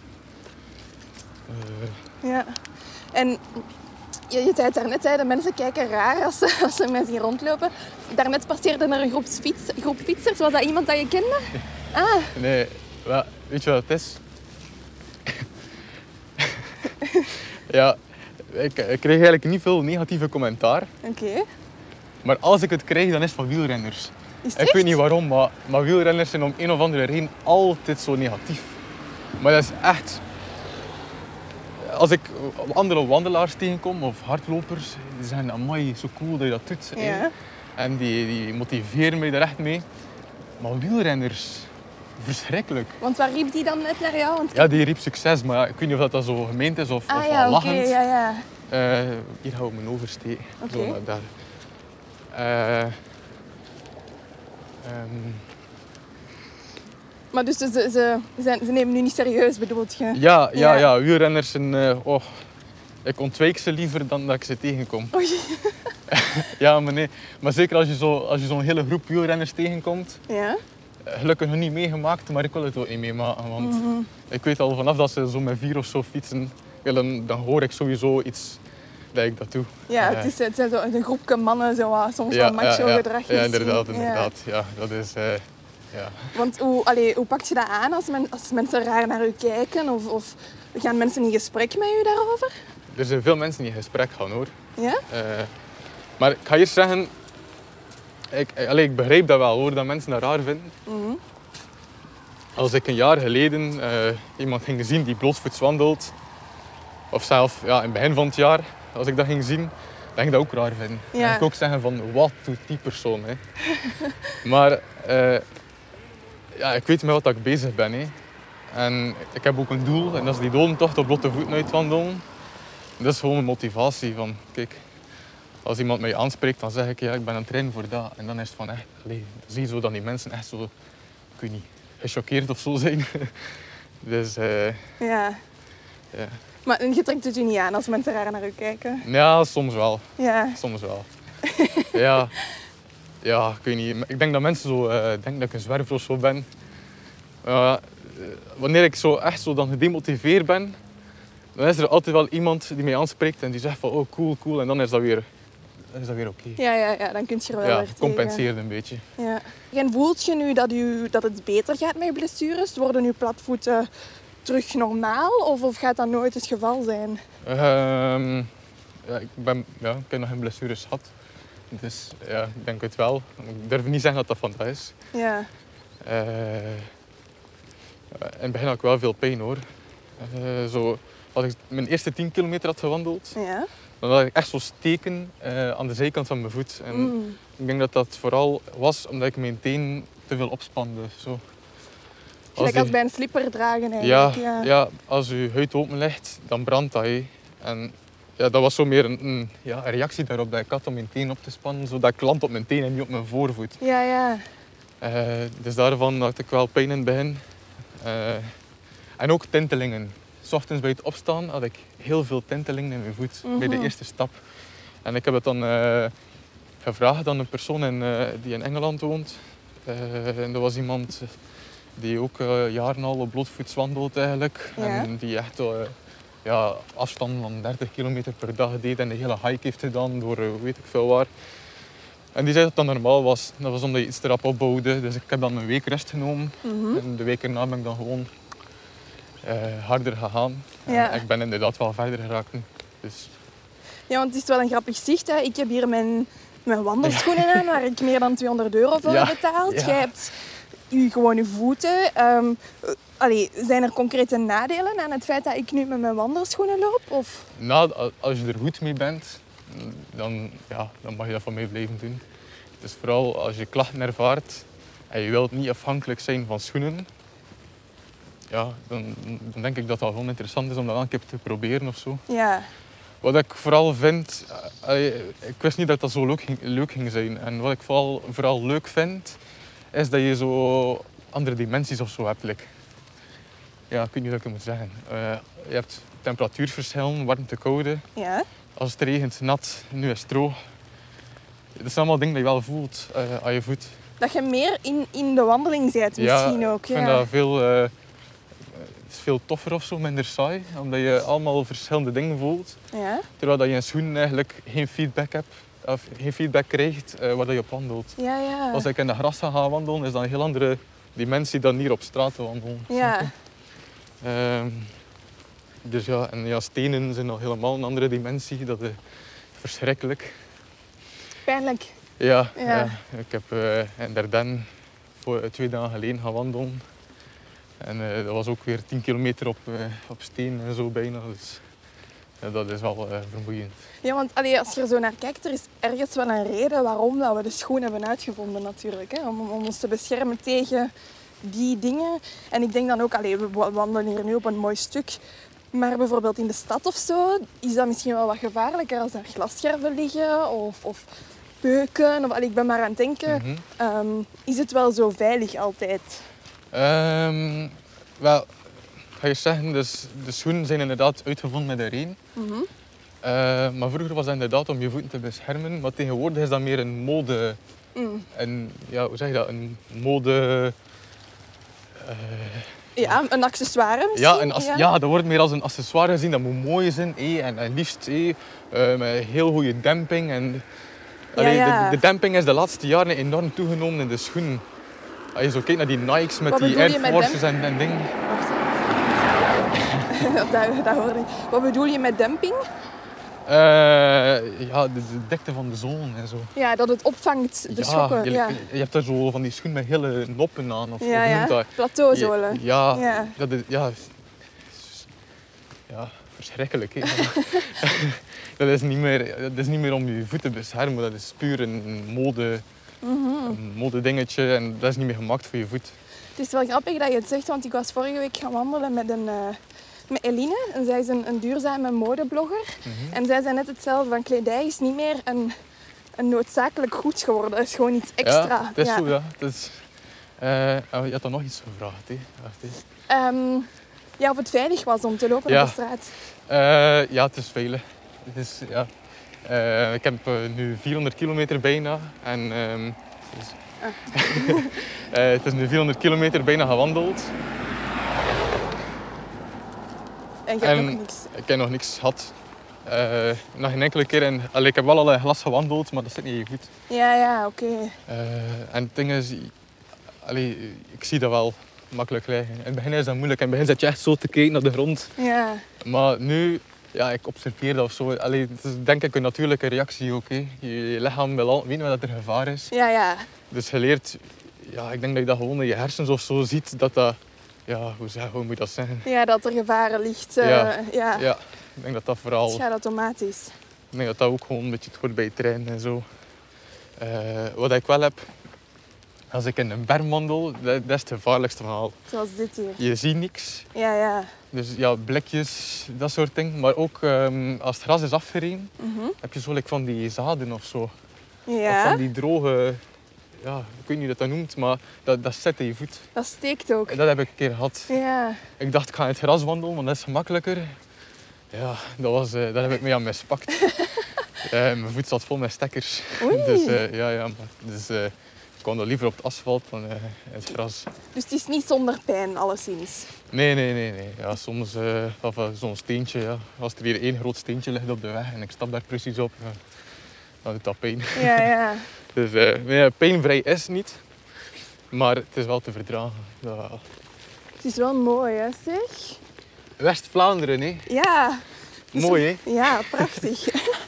Uh... Ja. En je, je zei het daarnet, hè, de mensen kijken raar als ze, als ze mij zien rondlopen. Daarnet passeerde er een groep, fiets, groep fietsers. Was dat iemand dat je kende? Ah. Nee, well, weet je wat het is? Ja, ik, ik kreeg eigenlijk niet veel negatieve commentaar. Oké. Okay. Maar als ik het krijg, dan is het van wielrenners. Is het ik echt? weet niet waarom, maar, maar wielrenners zijn om een of andere reden altijd zo negatief. Maar dat is echt... Als ik andere wandelaars tegenkom of hardlopers, die zeggen, amai, zo cool dat je dat doet. Ja. Hè? En die, die motiveren mij daar echt mee. Maar wielrenners, verschrikkelijk. Want waar riep die dan net naar jou? Want... Ja, die riep succes, maar ja, ik weet niet of dat zo gemeend is of, ah, of ja, al lachend. Okay, ja, ja. Uh, hier gaan we mijn oversteken. Okay. Zo naar daar. Uh, um... Maar dus ze, ze, ze, ze nemen nu niet serieus, bedoelt je? Ja, ja, ja. ja. wielrenners zijn... Uh, oh, ik ontwijk ze liever dan dat ik ze tegenkom. Oei. Ja, maar nee. Maar zeker als je, zo, als je zo'n hele groep wielrenners tegenkomt. Ja? Gelukkig nog niet meegemaakt, maar ik wil het ook niet meemaken. Want mm-hmm. ik weet al vanaf dat ze zo met vier of zo fietsen, ja, dan, dan hoor ik sowieso iets dat ik dat doe. Ja, het, is, het zijn zo een groepje mannen, zo, soms ja, wel macho ja, gedrag. Ja, ja, inderdaad, inderdaad. Ja. Ja, dat is... Uh, ja. Want hoe, allee, hoe pak je dat aan als, men, als mensen raar naar u kijken? Of, of gaan mensen in gesprek met u daarover? Er zijn veel mensen die in gesprek gaan, hoor. Ja? Uh, maar ik ga eerst zeggen... Ik, allee, ik begrijp dat wel, hoor, dat mensen dat raar vinden. Mm-hmm. Als ik een jaar geleden uh, iemand ging zien die blootvoets wandelt, of zelf ja, in het begin van het jaar, als ik dat ging zien, dan ging ik dat ook raar vinden. Ja. Dan ging ik ook zeggen van, wat doet die persoon? Hè? Maar uh, ja, ik weet met wat ik bezig ben. Hè. En ik heb ook een doel, en dat is die dodentocht op blote voeten uitwandelen. Dat is gewoon een motivatie van, kijk, als iemand mij aanspreekt, dan zeg ik, ja, ik ben aan het trainen voor dat. En dan is het van, echt, allee, zie je zo dat die mensen echt zo, ik weet niet, gechoqueerd of zo zijn. Dus, uh, ja. ja. Maar je trekt het je niet aan als mensen raar naar u kijken? Ja, soms wel. Ja. Soms wel. ja. Ja, ik weet niet. Ik denk dat mensen zo uh, denken dat ik een zwerver of zo ben. Uh, wanneer ik zo echt zo dan gedemotiveerd ben, dan is er altijd wel iemand die mij aanspreekt en die zegt van, oh, cool, cool. En dan is dat weer, dan is dat weer oké. Okay. Ja, ja, ja, dan kun je er wel ja, weer tegen. compenseert een beetje. Ja. En voelt je nu dat, u, dat het beter gaat met je blessures? Worden uw platvoeten terug normaal of, of gaat dat nooit het geval zijn? Um, ja, ik, ben, ja, ik heb nog geen blessures gehad. Dus ja, ik denk het wel. Ik durf niet zeggen dat dat vandaag is. Ja. Uh, in het begin had ik wel veel pijn, hoor. Uh, zo, als ik mijn eerste tien kilometer had gewandeld, ja. dan had ik echt zo steken uh, aan de zijkant van mijn voet. En mm. ik denk dat dat vooral was omdat ik mijn teen te veel opspande. Zo. Gelijk als, als bij een slipper dragen eigenlijk. Ja, ja. ja, als je huid open ligt, dan brandt dat. He. En ja, dat was zo meer een, een, ja, een reactie daarop dat ik had om mijn teen op te spannen, zodat ik land op mijn teen en niet op mijn voorvoet. Ja, ja. Uh, dus daarvan had ik wel pijn in het begin. Uh, en ook tintelingen. 's Ochtends bij het opstaan had ik heel veel tintelingen in mijn voet, mm-hmm. bij de eerste stap. En ik heb het dan uh, gevraagd aan een persoon in, uh, die in Engeland woont. Uh, en dat was iemand die ook uh, jaren al op blootvoets wandelt eigenlijk. Ja. En die echt uh, ja, afstanden van dertig kilometer per dag deed en de hele hike heeft gedaan door uh, weet ik veel waar. En die zei dat dat normaal was. Dat was omdat je iets erop opbouwde. Dus ik heb dan een week rust genomen. Mm-hmm. En de week erna ben ik dan gewoon uh, harder gegaan. Ja. En ik ben inderdaad wel verder geraakt. Dus... Ja, want het is wel een grappig zicht. Hè. Ik heb hier mijn, mijn wandelschoenen aan, waar ik meer dan tweehonderd euro voor ja. heb betaald. Ja. Jij hebt u, gewoon je voeten. Um, allee, zijn er concrete nadelen aan het feit dat ik nu met mijn wandelschoenen loop? Of? Nou, als je er goed mee bent, dan, ja, dan mag je dat van mij blijven doen. Dus vooral als je klachten ervaart en je wilt niet afhankelijk zijn van schoenen, ja, dan, dan denk ik dat dat gewoon interessant is om dat wel een keer te proberen of zo. Ja. Wat ik vooral vind, ik wist niet dat dat zo leuk ging, leuk ging zijn. En wat ik vooral, vooral leuk vind, is dat je zo andere dimensies of zo hebt. Like. Ja, ik weet niet hoe ik het moet zeggen. Uh, je hebt temperatuurverschillen, warmte, koude. Ja. Als het regent, nat, nu is het droog. Dat zijn allemaal dingen die je wel voelt uh, aan je voet. Dat je meer in, in de wandeling bent misschien ja, ook. Ja, ik vind dat veel, uh, het is veel toffer of zo, minder saai. Omdat je allemaal verschillende dingen voelt. Ja. Terwijl dat je in schoenen eigenlijk geen feedback hebt. Of geen feedback krijgt uh, waar je op wandelt. Ja, ja. Als ik in de gras ga gaan wandelen, is dat een heel andere dimensie dan hier op straat te wandelen. Ja. Um, dus ja, en ja, stenen zijn nog helemaal een andere dimensie. Dat is verschrikkelijk. Pijnlijk. Ja, ja. ja. Ik heb uh, in Dardenne voor twee dagen geleden gaan wandelen. En uh, dat was ook weer tien kilometer op, uh, op steen en zo bijna. Dus ja, dat is wel uh, vermoeiend. Ja, want allee, als je er zo naar kijkt, er is ergens wel een reden waarom dat we de schoen hebben uitgevonden natuurlijk. Hè? Om, om ons te beschermen tegen die dingen. En ik denk dan ook, allee, we wandelen hier nu op een mooi stuk. Maar bijvoorbeeld in de stad of zo, is dat misschien wel wat gevaarlijker als er glasscherven liggen of, of beuken. Of, allee, ik ben maar aan het denken, mm-hmm. um, is het wel zo veilig altijd? Um, wel, ga je zeggen, dus de schoenen zijn inderdaad uitgevonden met een reden. Mm-hmm. Uh, maar vroeger was dat inderdaad om je voeten te beschermen. Maar tegenwoordig is dat meer een mode... Mm. En, ja, hoe zeg je dat? Een mode... Uh, ja, een accessoire misschien? Ja, een as- ja. ja, dat wordt meer als een accessoire gezien. Dat moet mooi zijn. Eh, en, en liefst eh, uh, met heel goede demping. En, allee, ja, ja. De, de demping is de laatste jaren enorm toegenomen in de schoenen. Als je zo kijkt naar die Nikes met Wat die Air Forces en, en dingen. dat, dat hoorde ik. Wat bedoel je met demping? Uh, ja, de, de dikte van de zolen en zo. Ja, dat het opvangt, de ja, schokken. Je, ja. je hebt daar zo van die schoenen met hele noppen aan. Of, ja, of ja. dat? Plateauzolen. Ja, ja. Dat is, ja, ja, verschrikkelijk. Hè. dat, is niet meer, dat is niet meer om je voeten te beschermen. Dat is puur een mode, mm-hmm. een mode dingetje en dat is niet meer gemaakt voor je voet. Het is wel grappig dat je het zegt, want ik was vorige week gaan wandelen met een... Uh... met Eline. En zij is een, een duurzame modeblogger. Mm-hmm. En zij zei net hetzelfde, van kledij is niet meer een, een noodzakelijk goed geworden. Het is gewoon iets extra. Ja, dat is ja. zo, ja. Dat is, uh, je had dan nog iets gevraagd, hè? Wacht, hè. Um, ja, of het veilig was om te lopen ja. op de straat. Uh, ja, het is veilig. Het is, ja. uh, ik heb uh, nu vierhonderd kilometer bijna. En, um, dus, ah. uh, het is nu vierhonderd kilometer bijna gewandeld. En je hebt nog niks? Ik heb nog niks gehad. Uh, nog geen enkele keer. In, allee, ik heb wel al een glas gewandeld, maar dat zit niet goed. Ja, ja, oké. Okay. Uh, en het ding is, allee, ik zie dat wel makkelijk liggen. In het begin is dat moeilijk. In het begin zit je echt zo te kijken naar de grond. Ja. Maar nu, ja, ik observeer dat of zo. Allee, het is denk ik een natuurlijke reactie ook. Hè. Je, je lichaam wil al weten dat er gevaar is. Ja, ja. Dus je leert, ja, ik denk dat je dat gewoon in je hersens of zo ziet, dat dat... Ja, hoe, zeg, hoe moet je dat zeggen? Ja, dat er gevaren ligt. Uh, ja. Ja. ja, ik denk dat dat vooral... Het gaat automatisch. Ik denk dat dat ook gewoon een beetje het hoort bij het trainen en zo. Uh, wat ik wel heb, als ik in een berm wandel, dat, dat is het gevaarlijkste van al. Zoals dit hier. Je ziet niks. Ja, ja. Dus ja, blikjes, dat soort dingen. Maar ook um, als het gras is afgereden, mm-hmm. heb je zo like, van die zaden of zo. Ja. Of van die droge... Ja, ik weet niet hoe dat, dat noemt, maar dat, dat zit in je voet. Dat steekt ook. En dat heb ik een keer gehad. Ja. Ik dacht, ik ga in het gras wandelen, want dat is gemakkelijker. Ja, dat, was, uh, dat heb ik mee aan mispakt. uh, mijn voet zat vol met stekkers. Oei. Dus, uh, ja, ja, maar, dus uh, ik kwam dan liever op het asfalt dan uh, in het gras. Dus het is niet zonder pijn, alleszins? Nee, nee, nee. nee. Ja, soms, uh, of uh, zo'n steentje, ja. Als er hier één groot steentje ligt op de weg en ik stap daar precies op, ja, dan doet dat pijn. Ja, ja. Dus uh, nee, pijnvrij is het niet, maar het is wel te verdragen. Ja. Het is wel mooi, hè, zeg? West-Vlaanderen, hè? Ja. Mooi, hè? Ja, prachtig.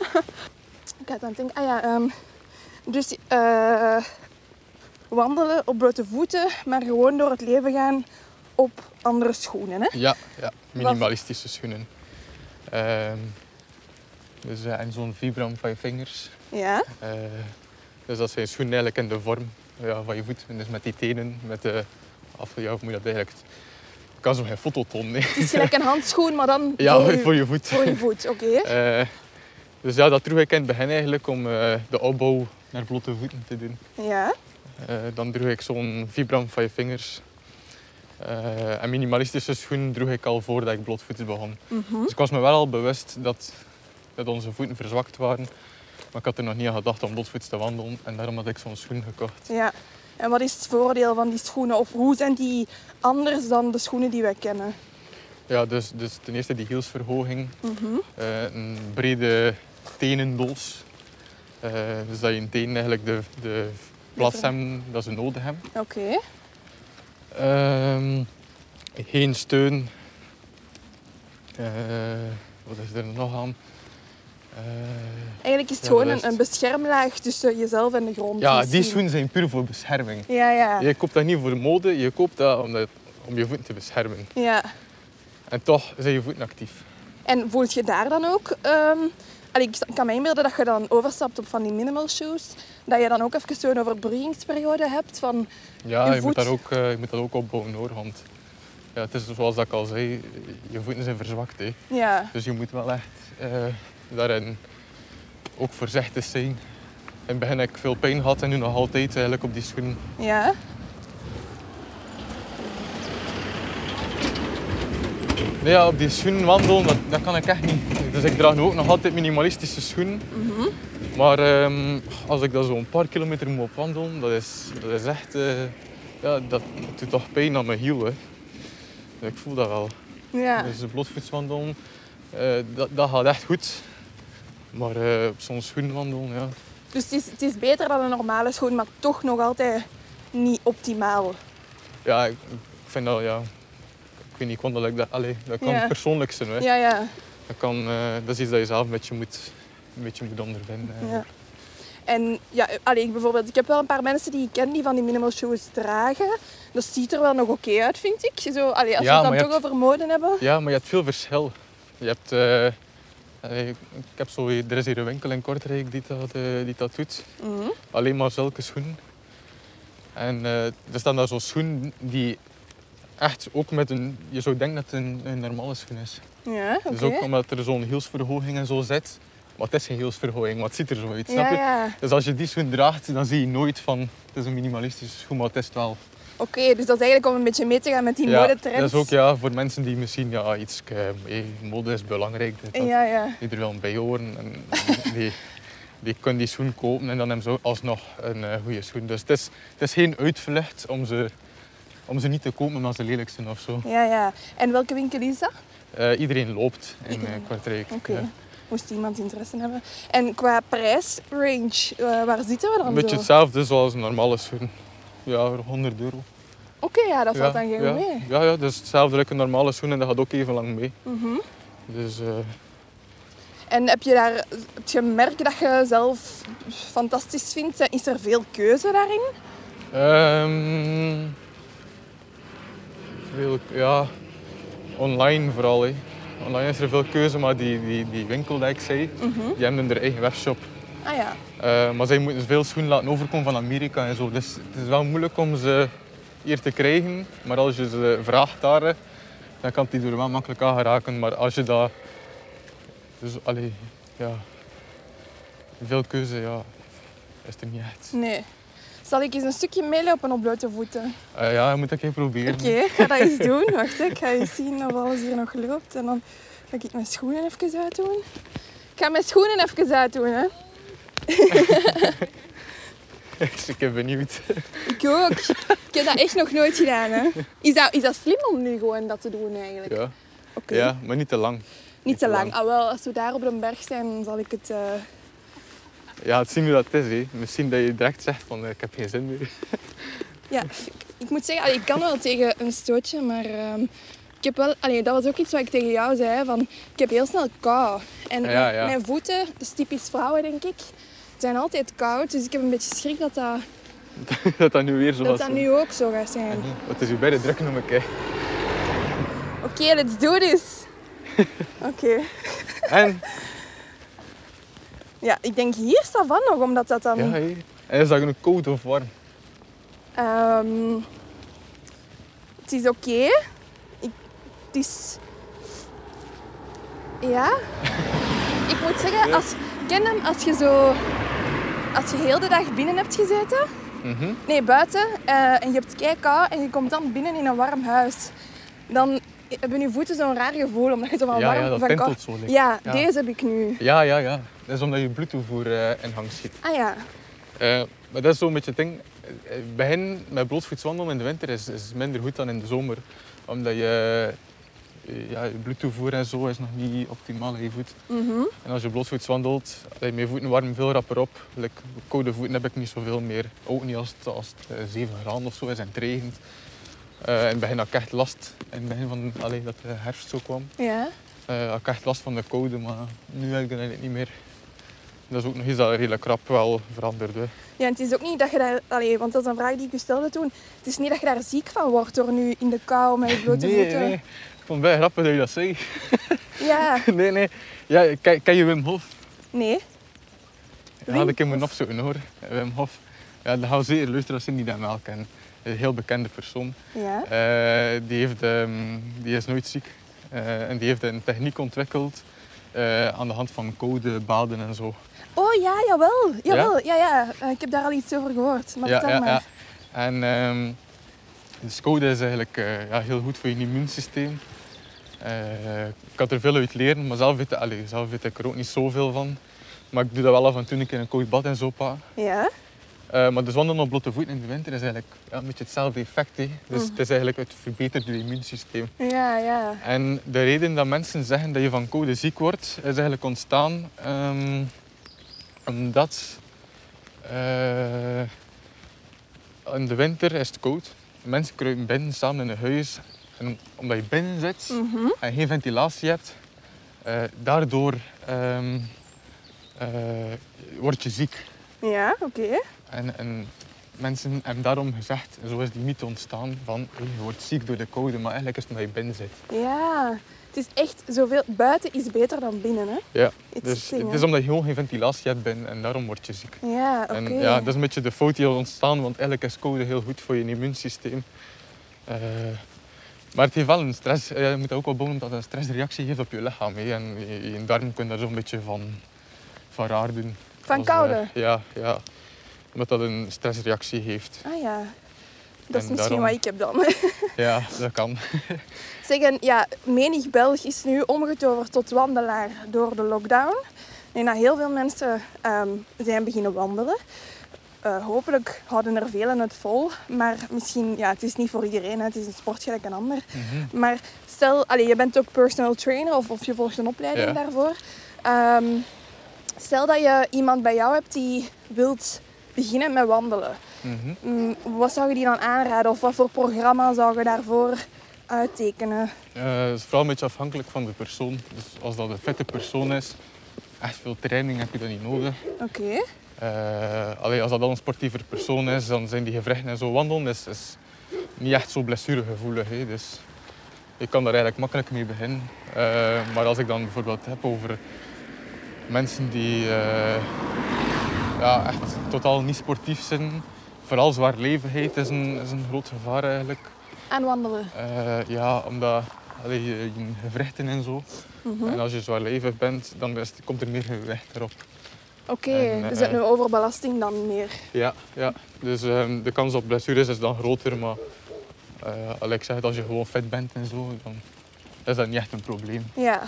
Ik had aan het denken, ah ja, um, dus uh, wandelen op blote voeten, maar gewoon door het leven gaan op andere schoenen, hè? Ja, ja. Minimalistische schoenen. Um, dus, uh, en zo'n Vibram Five Fingers. Ja. Uh, dus dat zijn schoenen eigenlijk in de vorm ja, van je voet. Dus met die tenen, met de... Of, ja, hoe moet je dat eigenlijk... Ik kan zo geen foto tonen. Het is gelijk een handschoen, maar dan ja, voor, je, voor je voet. Voor je voet, oké. Okay. Uh, dus ja, dat droeg ik in het begin eigenlijk om uh, de opbouw naar blote voeten te doen. Ja. Uh, dan droeg ik zo'n Vibram Five Fingers. Uh, en minimalistische schoenen droeg ik al voordat ik blootvoets begon. Mm-hmm. Dus ik was me wel al bewust dat, dat onze voeten verzwakt waren. Maar ik had er nog niet aan gedacht om blootvoets te wandelen. En daarom had ik zo'n schoen gekocht. Ja. En wat is het voordeel van die schoenen? Of hoe zijn die anders dan de schoenen die wij kennen? Ja, dus, dus ten eerste die hielsverhoging. Mm-hmm. Uh, een brede tenendoos. Uh, dus dat je in tenen eigenlijk de, de plaats hebben dat ze nodig hebben. Oké. Okay. Um, geen steun. Uh, wat is er nog aan? Uh, Eigenlijk is het ja, gewoon is... een, een beschermlaag tussen jezelf en de grond. Ja, misschien. die schoenen zijn puur voor bescherming. Ja, ja. Je koopt dat niet voor mode, je koopt dat om, dat, om je voeten te beschermen. Ja. En toch zijn je voeten actief. En voelt je daar dan ook... Um... Allee, ik kan me inbeelden dat je dan overstapt op van die minimal shoes. Dat je dan ook even zo'n overbruggingsperiode hebt van ja, je je voet. moet, daar ook, uh, je moet dat ook opbouwen hoor. Want ja, het is zoals ik al zei, je voeten zijn verzwakt. Hè. Ja. Dus je moet wel echt uh, daarin ook voorzichtig zijn. In het begin heb ik veel pijn gehad en nu nog altijd eigenlijk op die schoenen. Ja. Nee, ja, op die schoenen wandelen, dat, dat kan ik echt niet. Dus ik draag nu ook nog altijd minimalistische schoenen. Mm-hmm. Maar um, als ik dat zo een paar kilometer moet opwandelen, dat is, dat is echt... Uh, ja, dat, dat doet toch pijn aan mijn hiel. Hè. Ik voel dat wel. Ja. Dus blootvoets wandelen, uh, dat, dat gaat echt goed. Maar uh, op zo'n schoen wandelen, ja. Dus het is, het is beter dan een normale schoen, maar toch nog altijd niet optimaal. Ja, ik, ik vind dat, ja... Ik weet niet, ik wandel, dat, allee, dat kan ja. persoonlijk zijn. Hè. Ja, ja. Dat, kan, uh, dat is iets dat je zelf een beetje moet, een beetje moet ondervinden. Ja. En ja, allee, bijvoorbeeld, ik heb wel een paar mensen die ik ken die van die minimal shoes dragen. Dat ziet er wel nog oké okay uit, vind ik. Zo, allee, als ja, we het dan toch hebt, over mode hebben. Ja, maar je hebt veel verschil. Je hebt, uh, allee, ik heb zo, er is hier een winkel in Kortrijk die dat, uh, die dat doet. Mm-hmm. Alleen maar zulke schoenen. En uh, er staan daar zo'n schoenen die echt ook met een... Je zou denken dat het een, een normale schoen is. Ja, oké. Dus ook omdat er zo'n hielsverhoging en zo zit. Maar het is geen hielsverhoging, maar het ziet er zo uit, ja, snap je? Ja. Dus als je die schoen draagt, dan zie je nooit van... Het is een minimalistische schoen, maar het is het wel. Oké, okay, dus dat is eigenlijk om een beetje mee te gaan met die ja, modetrends. Dat is ook ja, voor mensen die misschien ja, iets... Hey, mode is belangrijk. Dat, ja, ja. Die er wel bij horen. En die, die kunnen die schoen kopen en dan hebben ze alsnog een uh, goede schoen. Dus het is, het is geen uitvlucht om ze... Om ze niet te kopen omdat ze lelijk zijn of zo. Ja, ja. En welke winkel is dat? Uh, iedereen loopt in uh, Kortrijk. Oké. Okay. Ja. Moest iemand interesse hebben. En qua prijsrange, uh, waar zitten we dan? Een beetje zo? hetzelfde zoals een normale schoen. Ja, honderd euro. Oké, okay, ja, dat valt ja, dan geen ja. mee. Ja, ja, dus hetzelfde als een normale schoen en dat gaat ook even lang mee. Mm-hmm. Dus, uh... En heb je daar heb je een merk dat je zelf fantastisch vindt? Is er veel keuze daarin? Um... Veel, ja, online vooral. Hè. Online is er veel keuze, maar die, die, die winkel die ik zei, mm-hmm. die hebben hun eigen webshop. Ah ja. Uh, maar zij moeten veel schoenen laten overkomen van Amerika en zo. Dus het is wel moeilijk om ze hier te krijgen. Maar als je ze vraagt daar, dan kan die er wel makkelijk aan geraken. Maar als je dat... Dus, allee, ja... Veel keuze, ja... Is er niet echt. Nee. Zal ik eens een stukje meelopen op blote voeten? Uh, ja, dat moet ik even proberen. Oké, okay, ik ga dat eens doen. Wacht, ik ga eens zien of alles hier nog loopt. En dan ga ik mijn schoenen even uitdoen. Ik ga mijn schoenen even uitdoen, hè. Ik ben benieuwd. Ik ook. Ik heb dat echt nog nooit gedaan, hè. Is dat, is dat slim om nu gewoon dat te doen, eigenlijk? Ja. Okay. Ja, maar niet te lang. Niet, niet te lang. lang. Ah, wel, als we daar op de berg zijn, dan zal ik het... Uh... Ja, het zien hoe dat is. Hè. Misschien dat je direct zegt van, uh, ik heb geen zin meer. Ja, ik, ik moet zeggen, ik kan wel tegen een stootje, maar... Uh, ik heb wel, allee, dat was ook iets wat ik tegen jou zei, van, ik heb heel snel kou. En ja, ja. mijn voeten, dat is typisch vrouwen, denk ik, zijn altijd koud. Dus ik heb een beetje schrik dat dat... dat dat nu weer zo Dat dat nu ook zo gaat zijn. Uh-huh. Wat is u bij de druk om elkaar? Oké, okay, let's do this. Oké. Okay. En? Ja, ik denk hier staat van nog, omdat dat dan... Ja, hey. En is dat een koud of warm? Um, het is oké. Okay. Het is... Ja. Ik moet zeggen, als... ken hem als je zo... Als je heel de dag binnen hebt gezeten Mhm. Nee, buiten. Uh, en je hebt kei kou en je komt dan binnen in een warm huis. Dan hebben je voeten zo'n raar gevoel, omdat je zo van Ja, warm ja, dat van tintelt kou... zo. Like. Ja, Ja. deze heb ik nu. Ja, ja, ja. Dat is omdat je bloedtoevoer uh, in gang schiet. Ah ja. Uh, maar dat is zo'n beetje het ding. Het begin met blootvoets wandelen in de winter is, is minder goed dan in de zomer. Omdat je, ja, je bloedtoevoer en zo is nog niet optimaal in je voet. Mm-hmm. En als je blootvoets wandelt, je je voeten warmen veel rapper op. Like, koude voeten heb ik niet zoveel meer. Ook niet als het, als het zeven graden of zo is en het regent. Uh, in het begin had ik echt last. In het begin van allee, dat de herfst zo kwam. Ja. Uh, had ik echt last van de koude, maar nu heb ik dat eigenlijk niet meer. Dat is ook nog iets dat redelijk rap wel veranderde. Ja, en het is ook niet dat je daar... Allee, want dat is een vraag die ik je stelde toen. Het is niet dat je daar ziek van wordt door nu in de kou met je blote nee, voeten. Nee, ik vond het bij grappig dat je dat zei. Ja. nee, nee. Ja, ken, ken je Wim Hof? Nee. Dat had ik in moeten opzoeken hoor. Wim Hof. Ja, dat gaan zeker luisteraars zijn die dat wel kennen. Een heel bekende persoon. Ja. Uh, die, heeft, um, die is nooit ziek. Uh, en die heeft een techniek ontwikkeld uh, aan de hand van koude baden en zo. Oh ja, jawel. jawel. Ja? Ja, ja. Ik heb daar al iets over gehoord. Maar ja, vertel ja, maar. Ja. En um, dus koude is eigenlijk uh, ja, heel goed voor je immuunsysteem. Uh, ik had er veel uit leren, maar zelf weet, allez, zelf weet ik er ook niet zoveel van. Maar ik doe dat wel af en toe een keer in een koud bad en zo. Pa. Ja. Uh, maar dus wandelen op blote voeten in de winter is eigenlijk ja, een beetje hetzelfde effect. Hè. Dus mm. het is eigenlijk het verbetert je immuunsysteem. Ja, ja. En de reden dat mensen zeggen dat je van koude ziek wordt, is eigenlijk ontstaan um, omdat uh, in de winter is het koud. Mensen kruipen binnen samen in een huis. En omdat je binnen zit mm-hmm. en geen ventilatie hebt, uh, daardoor um, uh, word je ziek. Ja, oké. Okay. En, en mensen hebben daarom gezegd, en zo is die mythe ontstaan, van hey, je wordt ziek door de koude, maar eigenlijk is het omdat je binnen zit. Ja, het is echt zoveel... Buiten is beter dan binnen, hè? Ja, dus het is omdat je gewoon geen ventilatie hebt binnen en daarom word je ziek. Ja, oké. Okay. Ja, dat is een beetje de fout die is ontstaan, want eigenlijk is koude heel goed voor je immuunsysteem. Uh, maar het heeft wel een stress... Je moet ook wel boven dat het een stressreactie geeft op je lichaam. Hè. En je, je darm kan daar zo'n beetje van, van raar doen. Van Als, koude? Uh, ja, ja. Omdat dat een stressreactie heeft. Ah ja, dat is en misschien daarom... wat ik heb dan. Ja, dat kan. Zeggen, ja, menig Belg is nu omgetoverd tot wandelaar door de lockdown. En dat heel veel mensen um, zijn beginnen wandelen. Uh, hopelijk houden er velen het vol. Maar misschien, ja, het is niet voor iedereen. Hè. Het is een sport gelijk een ander. Mm-hmm. Maar stel, allez, je bent ook personal trainer of, of je volgt een opleiding ja. daarvoor. Um, stel dat je iemand bij jou hebt die wilt beginnen met wandelen. Mm-hmm. Wat zou je die dan aanraden? Of wat voor programma zou je daarvoor uittekenen? Uh, het is vooral een beetje afhankelijk van de persoon. Dus als dat een fitte persoon is, echt veel training heb je dat niet nodig. Oké. Okay. Uh, allee, als dat al een sportiever persoon is, dan zijn die gewrichten en zo wandelen is, is niet echt zo blessuregevoelig. Hè. Dus je kan daar eigenlijk makkelijk mee beginnen. Uh, maar als ik dan bijvoorbeeld heb over mensen die uh, ja, echt totaal niet sportief zijn, vooral zwaarlevigheid is een, is een groot gevaar eigenlijk. Aan wandelen? Uh, ja, omdat allee, je, je gewrichten en zo. Mm-hmm. En als je zwaarlijvig bent, dan is, komt er meer gewicht erop. Oké, okay, dus uh, het nu overbelasting dan meer? Ja, ja. Dus um, de kans op blessures is dan groter, maar uh, als ik zeg, als je gewoon fit bent en zo, dan is dat niet echt een probleem. Ja.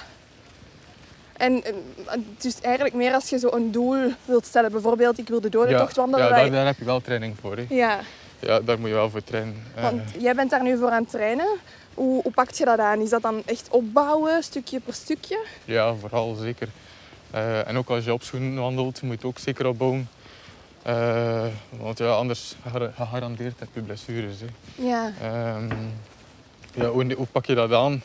En dus eigenlijk meer als je zo een doel wilt stellen, bijvoorbeeld ik wil de dodentocht ja, wandelen. Ja, daar, je... daar heb je wel training voor. Hè. Ja. Ja, daar moet je wel voor trainen. Want uh, jij bent daar nu voor aan het trainen. Hoe, hoe pak je dat aan? Is dat dan echt opbouwen, stukje per stukje? Ja, vooral zeker. Uh, en ook als je op schoenen wandelt, moet je het ook zeker opbouwen. Uh, want ja, anders gegarandeerd heb je blessures. Hè. Ja. Um, ja hoe, hoe pak je dat aan?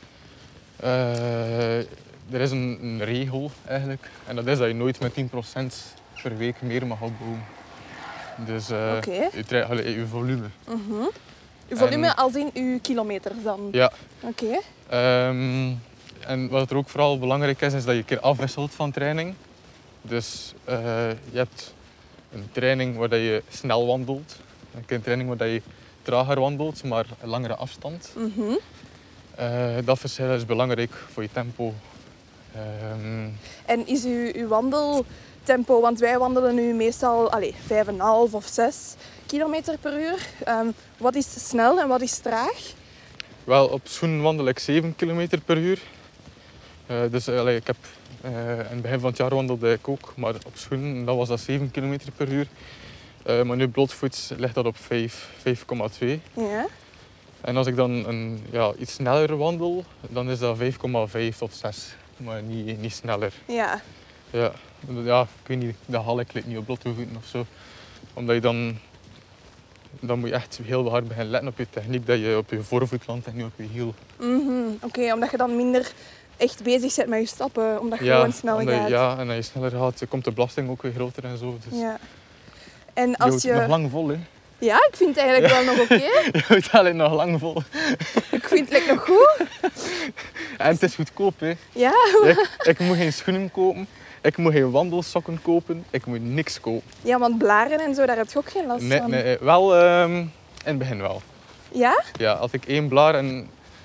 Uh, er is een, een regel eigenlijk. En dat is dat je nooit met tien procent per week meer mag opbouwen. Dus uh, okay. je, allee, je volume. Mm-hmm. Je volume en, als in je kilometers dan? Ja. Oké. Okay. Um, en wat er ook vooral belangrijk is, is dat je een keer afwisselt van training. Dus uh, je hebt een training waar je snel wandelt. Een keer een training waar je trager wandelt, maar een langere afstand. Mm-hmm. Uh, dat verschil is belangrijk voor je tempo. Um, en is uw, uw wandel tempo? Want wij wandelen nu meestal allez, vijf komma vijf of zes kilometer per uur. Um, wat is snel en wat is traag? Wel, op schoen wandel ik zeven kilometer per uur. Uh, dus uh, allee, ik heb, uh, in het begin van het jaar wandelde ik ook, maar op schoen dat was dat zeven kilometer per uur. Uh, maar nu blootvoets ligt dat op vijf komma twee. Ja. En als ik dan een, ja, iets sneller wandel, dan is dat vijf komma vijf tot zes. Maar niet, niet sneller. Ja. Ja. Ja, ik weet niet, dat haal ik niet op blote voeten of zo. Omdat je dan... Dan moet je echt heel hard beginnen letten op je techniek, dat je op je voorvoet landt en niet op je hiel. Mm-hmm. Oké, okay, omdat je dan minder echt bezig bent met je stappen, omdat je ja, gewoon snel omdat, gaat. Ja, en als je sneller gaat, komt de belasting ook weer groter en zo. Dus ja. En als je je... houdt nog lang vol, hè? Ja, ik vind het eigenlijk ja. wel nog oké. Okay. Je houdt eigenlijk nog lang vol. Ik vind het nog goed. En het is goedkoop, hè? Ja. Ik, ik moet geen schoenen kopen. Ik moet geen wandelsokken kopen. Ik moet niks kopen. Ja, want blaren en zo, daar heb je ook geen last nee, van. Nee, wel um, in het begin wel. Ja? Ja, als ik één blaar en...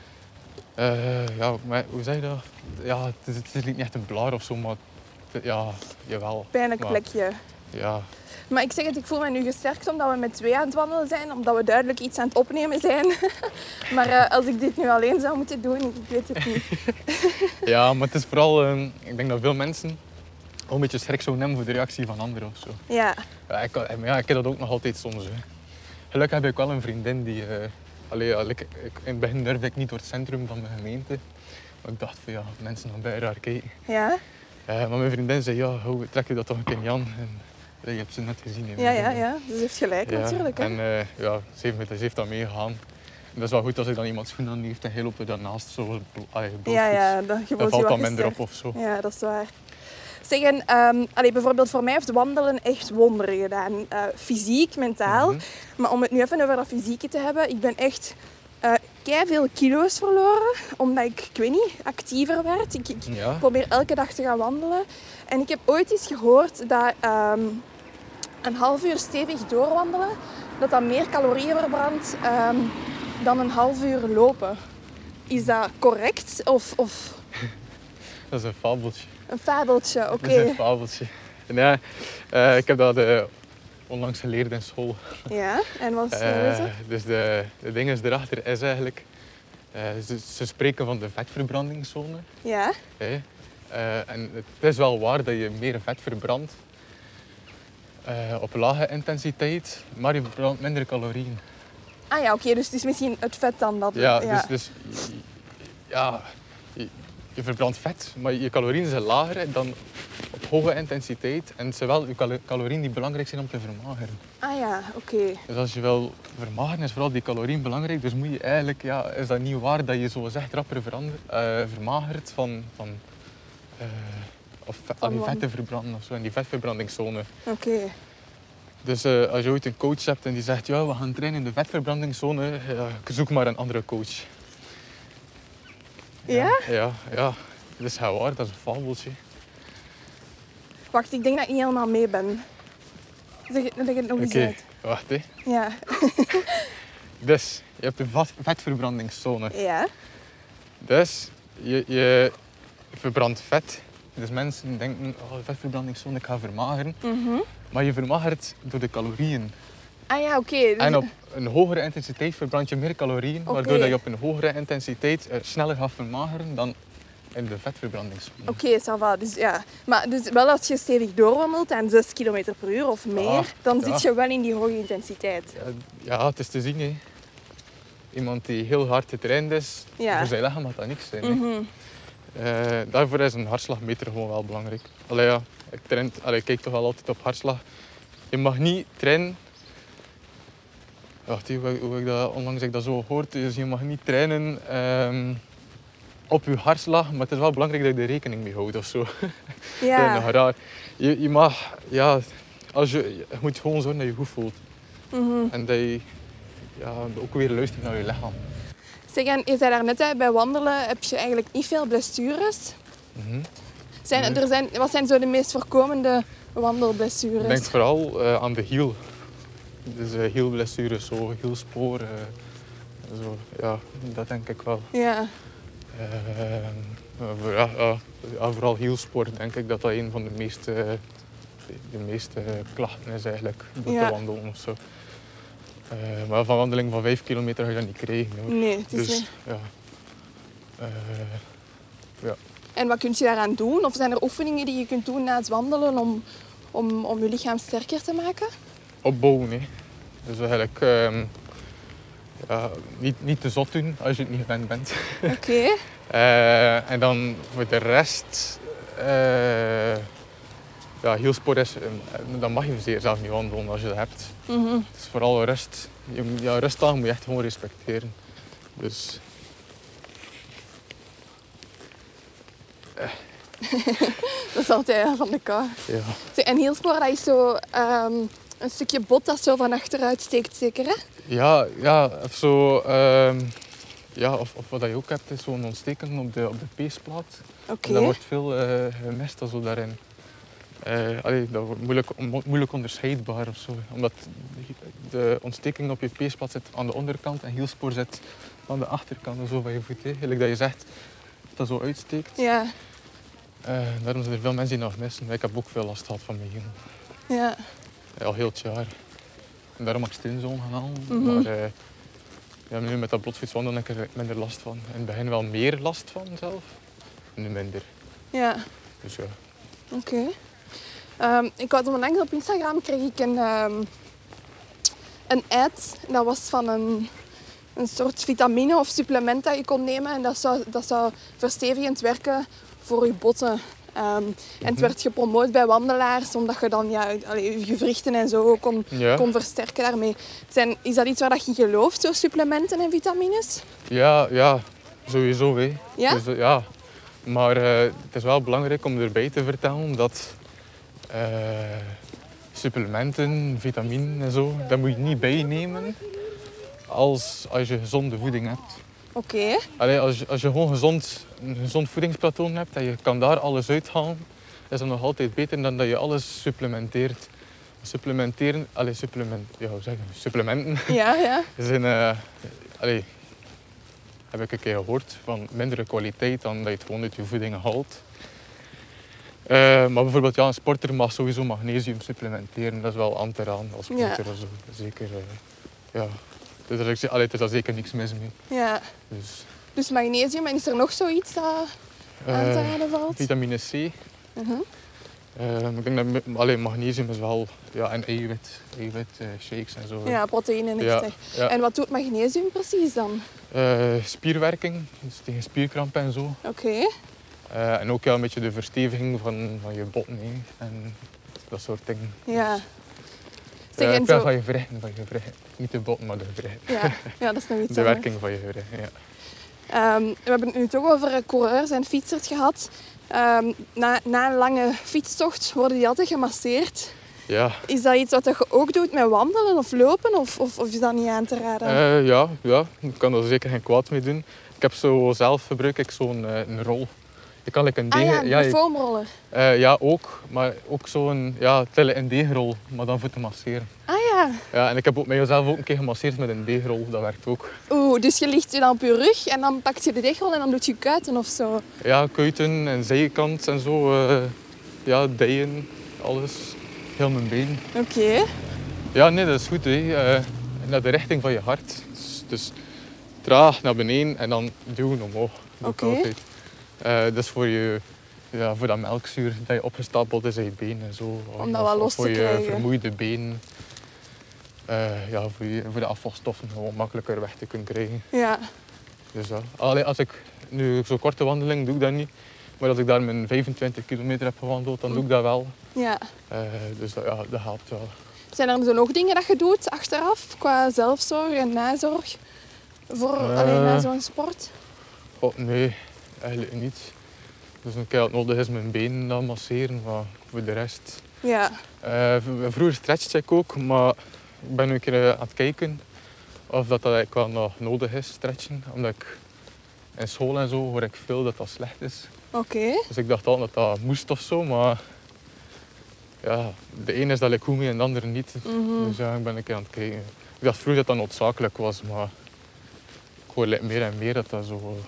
Uh, ja, maar hoe zeg je dat? Ja, het is, het is niet echt een blaar of zo, maar... Het, ja, jawel. Pijnlijk maar, plekje. Ja. Maar ik zeg het, ik voel me nu gesterkt omdat we met twee aan het wandelen zijn. Omdat we duidelijk iets aan het opnemen zijn. maar uh, als ik dit nu alleen zou moeten doen, ik weet het niet. Ja, maar het is vooral... Uh, ik denk dat veel mensen... ook een beetje schrik zouden hebben voor de reactie van anderen of zo. Ja. Ja, ik, ja, ik heb dat ook nog altijd soms. Hè. Gelukkig heb ik wel een vriendin die... Uh, allee, allee, ik, ik, in het begin durfde ik niet door het centrum van de gemeente. Maar ik dacht van ja, mensen gaan bij raar kijken. Ja? Uh, maar mijn vriendin zei, ja, hoe trek je dat toch een keer niet aan? En, uh, je hebt ze net gezien. Ja, ja, ja. Dus ze heeft gelijk ja, natuurlijk. Hè? En uh, ja, ze heeft, ze heeft dat meegegaan. En dat is wel goed als ik dan iemand schoen aan heeft en heel op daarnaast zo... Allee, ja, ja, dan, je dan valt je dat minder op of zo. Ja, dat is waar. Zeggen, um, allee, bijvoorbeeld voor mij heeft wandelen echt wonderen gedaan. Uh, fysiek, mentaal. Mm-hmm. Maar om het nu even over dat fysieke te hebben. Ik ben echt uh, keiveel kilo's verloren. Omdat ik, ik weet niet, actiever werd. Ik, ik ja. probeer elke dag te gaan wandelen. En ik heb ooit eens gehoord dat um, een half uur stevig doorwandelen, dat dat meer calorieën verbrandt um, dan een half uur lopen. Is dat correct? Of... of... Dat is een fabeltje. Een fabeltje, oké. Okay. Dat is een fabeltje. En ja, uh, ik heb dat uh, onlangs geleerd in school. Ja, en wat is uh, dat? Dus de, de ding is erachter is eigenlijk... Uh, ze, ze spreken van de vetverbrandingszone. Ja. Okay. Uh, en het is wel waar dat je meer vet verbrandt uh, op lage intensiteit, maar je verbrandt minder calorieën. Ah ja, oké, okay, dus het is misschien het vet dan dat... Ja, ja. dus... dus ja... Je, Je verbrandt vet, maar je calorieën zijn lager dan op hoge intensiteit. En het zijn wel je calorieën die belangrijk zijn om te vermageren. Ah ja, oké. Okay. Dus als je wil vermageren, is vooral die calorieën belangrijk. Dus moet je eigenlijk, ja, is dat niet waar dat je zo zegt rapper verander, uh, vermagert van, van, uh, of van die vetten verbranden of zo, in die vetverbrandingszone. Oké. Okay. Dus uh, als je ooit een coach hebt en die zegt, ja, we gaan trainen in de vetverbrandingszone, ja, zoek maar een andere coach. Ja? Ja, ja. Dat is heel waar, dat is een fabeltje. Wacht, ik denk dat ik niet helemaal mee ben. Zeg het, zeg het nog eens okay. uit. Wacht, hè. Ja. Dus, je hebt de vetverbrandingszone. Ja. Dus, je, je verbrandt vet. Dus mensen denken, oh, de vetverbrandingszone, ik ga vermageren. Mm-hmm. Maar je vermagert door de calorieën. Ah ja, oké. Okay. Dus... En op een hogere intensiteit verbrand je meer calorieën, okay. Waardoor dat je op een hogere intensiteit uh, sneller gaat vermageren dan in de vetverbrandingszone. Oké, okay, ça va. Dus, ja. Maar dus wel als je stevig doorwandelt aan zes kilometer per uur of meer, ah, dan ja. zit je wel in die hoge intensiteit. Ja, ja, het is te zien. Hè. Iemand die heel hard getraind is, ja. voor zijn lichaam gaat dat niks zijn. Mm-hmm. Uh, daarvoor is een hartslagmeter gewoon wel belangrijk. Allee, ja, ik, train, allee, ik kijk toch wel altijd op hartslag. Je mag niet trainen. Wacht, hoe, hoe ik dat onlangs ik dat zo gehoord, dus je mag niet trainen um, op je hartslag, maar het is wel belangrijk dat je er rekening mee houdt of zo. Ja. Dat is nog raar. Je, je mag, ja, als je, je moet gewoon zorgen dat je goed voelt. Mm-hmm. En dat je ja, ook weer luistert naar je lichaam. Zeg, en je zei daarnet uit, bij wandelen heb je eigenlijk niet veel blessures. Mm-hmm. Zijn, nee. er zijn, wat zijn zo de meest voorkomende wandelblessures? Ik denk vooral uh, aan de hiel. Dus uh, hielblessures, zo, hielspoor. Uh, zo, ja, dat denk ik wel. Ja. Uh, uh, ja, uh, ja, vooral hielspoor denk ik dat dat een van de meest uh, de meeste klachten is eigenlijk door Ja. te wandelen of zo. Uh, maar van wandeling van vijf kilometer ga je dat niet krijgen, hoor. Nee, het is dus, niet. Ja. Uh, ja. En wat kun je daaraan doen? Of zijn er oefeningen die je kunt doen na het wandelen om, om, om je lichaam sterker te maken? Opbouwen, hè. Dus eigenlijk um, ja, niet, niet te zot doen als je het niet gewend bent. Oké. Okay. uh, en dan voor de rest... Uh, ja, heel sport is... Uh, dan mag je zeer zelf niet wandelen als je dat hebt. Mm-hmm. Het is vooral rust. Ja, rustdagen moet je echt gewoon respecteren. Dus... Uh. Dat is altijd van de kou. Ja. En hielspoor, dat is zo um, een stukje bot dat zo van achteruit steekt, zeker, hè? Ja, ja, of zo... Um, ja, of, of wat je ook hebt, is zo'n ontsteking op de, op de peesplaat. Oké. Okay. Dat wordt veel uh, gemist zo daarin. Uh, allee, dat wordt moeilijk, on, moeilijk onderscheidbaar of zo. Omdat de ontsteking op je peesplaat zit aan de onderkant en hielspoor zit aan de achterkant zo van je voet. Gelijk dat je zegt, dat dat zo uitsteekt. Ja. Uh, daarom zijn er veel mensen die nog missen. Ik heb ook veel last gehad van mijn hielen. Ja. Al heel het jaar. En daarom heb ik steenzoon gedaan. Mm-hmm. Maar uh, ja, nu met dat blotfiets wandelen heb ik er minder last van. In het begin wel meer last van zelf. Nu minder. Ja. Dus ja. Oké. Okay. Um, ik had onlangs op Instagram kreeg ik een, um, een ad. Dat was van een, een soort vitamine of supplement dat je kon nemen. En dat zou, dat zou verstevigend werken voor je botten. Um, mm-hmm. En het werd gepromoot bij wandelaars, omdat je dan ja, allee, je gewrichten en zo kon, ja. kon versterken daarmee. Zijn, is dat iets waar je gelooft, zo supplementen en vitamines? Ja, ja, sowieso. Hè. Ja? Dus, ja. Maar uh, het is wel belangrijk om erbij te vertellen dat uh, supplementen, vitamine en zo, dat moet je niet bijnemen als, als je gezonde voeding hebt. Oké. Okay. Als, je, als je gewoon gezond, een gezond voedingspatroon hebt en je kan daar alles uithalen, is dat nog altijd beter dan dat je alles supplementeert. Supplementeren, allee, supplement, ja, hoe zeg je, supplementen. Ja, ja. zijn, uh, allee, heb ik een keer gehoord, van mindere kwaliteit dan dat je het gewoon uit je voeding haalt. Uh, maar bijvoorbeeld ja, een sporter mag sowieso magnesium supplementeren. Dat is wel aan te raden als sporter. Ja. Zo. Zeker, uh, ja. Dus er is, allee, er is daar zeker niks mis mee. Ja. Dus, dus magnesium, en is er nog zoiets dat aan te raden valt? Uh, vitamine C. Uh-huh. Uh, ik denk dat allee, magnesium is wel ja, en eiwit, eiwit uh, shakes en zo. Ja, proteïne en ja, ja. En wat doet magnesium precies dan? Uh, spierwerking, dus tegen spierkrampen en zo. Oké. Okay. Uh, en ook ja, een beetje de versteviging van, van je botten hè, en dat soort dingen. Ja. Zeg, uh, en zo... van je gewrichten, van je gewrichten. Niet de botten, maar de gewrichten. Ja, ja, dat is nog iets De werking van je gewrichten, ja. Um, we hebben het nu toch over coureurs en fietsers gehad. Um, na, na een lange fietstocht worden die altijd gemasseerd. Ja. Is dat iets wat je ook doet met wandelen of lopen? Of, of, of is dat niet aan te raden? Uh, ja, ja, ik kan er zeker geen kwaad mee doen. Ik heb zo zelf gebruik ik zo'n uh, een rol. Je kan like een ah degen, ja, een ja, foamroller. Uh, ja, ook. Maar ook zo'n ja, een deegrol, maar dan voor te masseren. Ah ja. Ja, en ik heb ook mezelf ook een keer gemasseerd met een deegrol. Dat werkt ook. Oeh, dus je ligt je dan op je rug en dan pak je de deegrol en dan doe je kuiten of zo? Ja, kuiten en zijkant en zo. Uh, ja, dijen, alles. Heel mijn been. Oké. Okay. Ja, nee, dat is goed. Hè. Uh, naar de richting van je hart. Dus, dus traag naar beneden en dan duwen omhoog. Oké. Okay. Uh, dat is voor, je, ja, voor dat melkzuur dat je opgestapeld is in je been en zo. Om dat wel los te voor krijgen. Voor je vermoeide benen. Uh, ja, voor, je, voor de afvalstoffen gewoon makkelijker weg te kunnen krijgen. Ja. Dus ja. Allee, als ik nu zo'n korte wandeling doe ik dat niet. Maar als ik daar mijn vijfentwintig kilometer heb gewandeld, dan doe ik dat wel. Ja. Uh, dus dat, ja, dat helpt wel. Zijn er zo nog dingen dat je doet achteraf qua zelfzorg en nazorg voor uh, alleen na zo'n sport? Oh, nee, eigenlijk niet. Dus een keer wat nodig is mijn benen dan masseren, maar voor de rest. Ja. Uh, vroeger stretchte ik ook, maar ik ben nu een keer aan het kijken of dat, dat eigenlijk wel nog nodig is, stretchen. Omdat ik in school en zo hoor ik veel dat dat slecht is. Oké. Okay. Dus ik dacht altijd dat dat moest of zo, maar ja, de ene is dat ik goed mee en de andere niet. Mm-hmm. Dus ja, ik ben een keer aan het kijken. Ik dacht vroeger dat dat noodzakelijk was, maar ik hoor meer en meer dat dat zo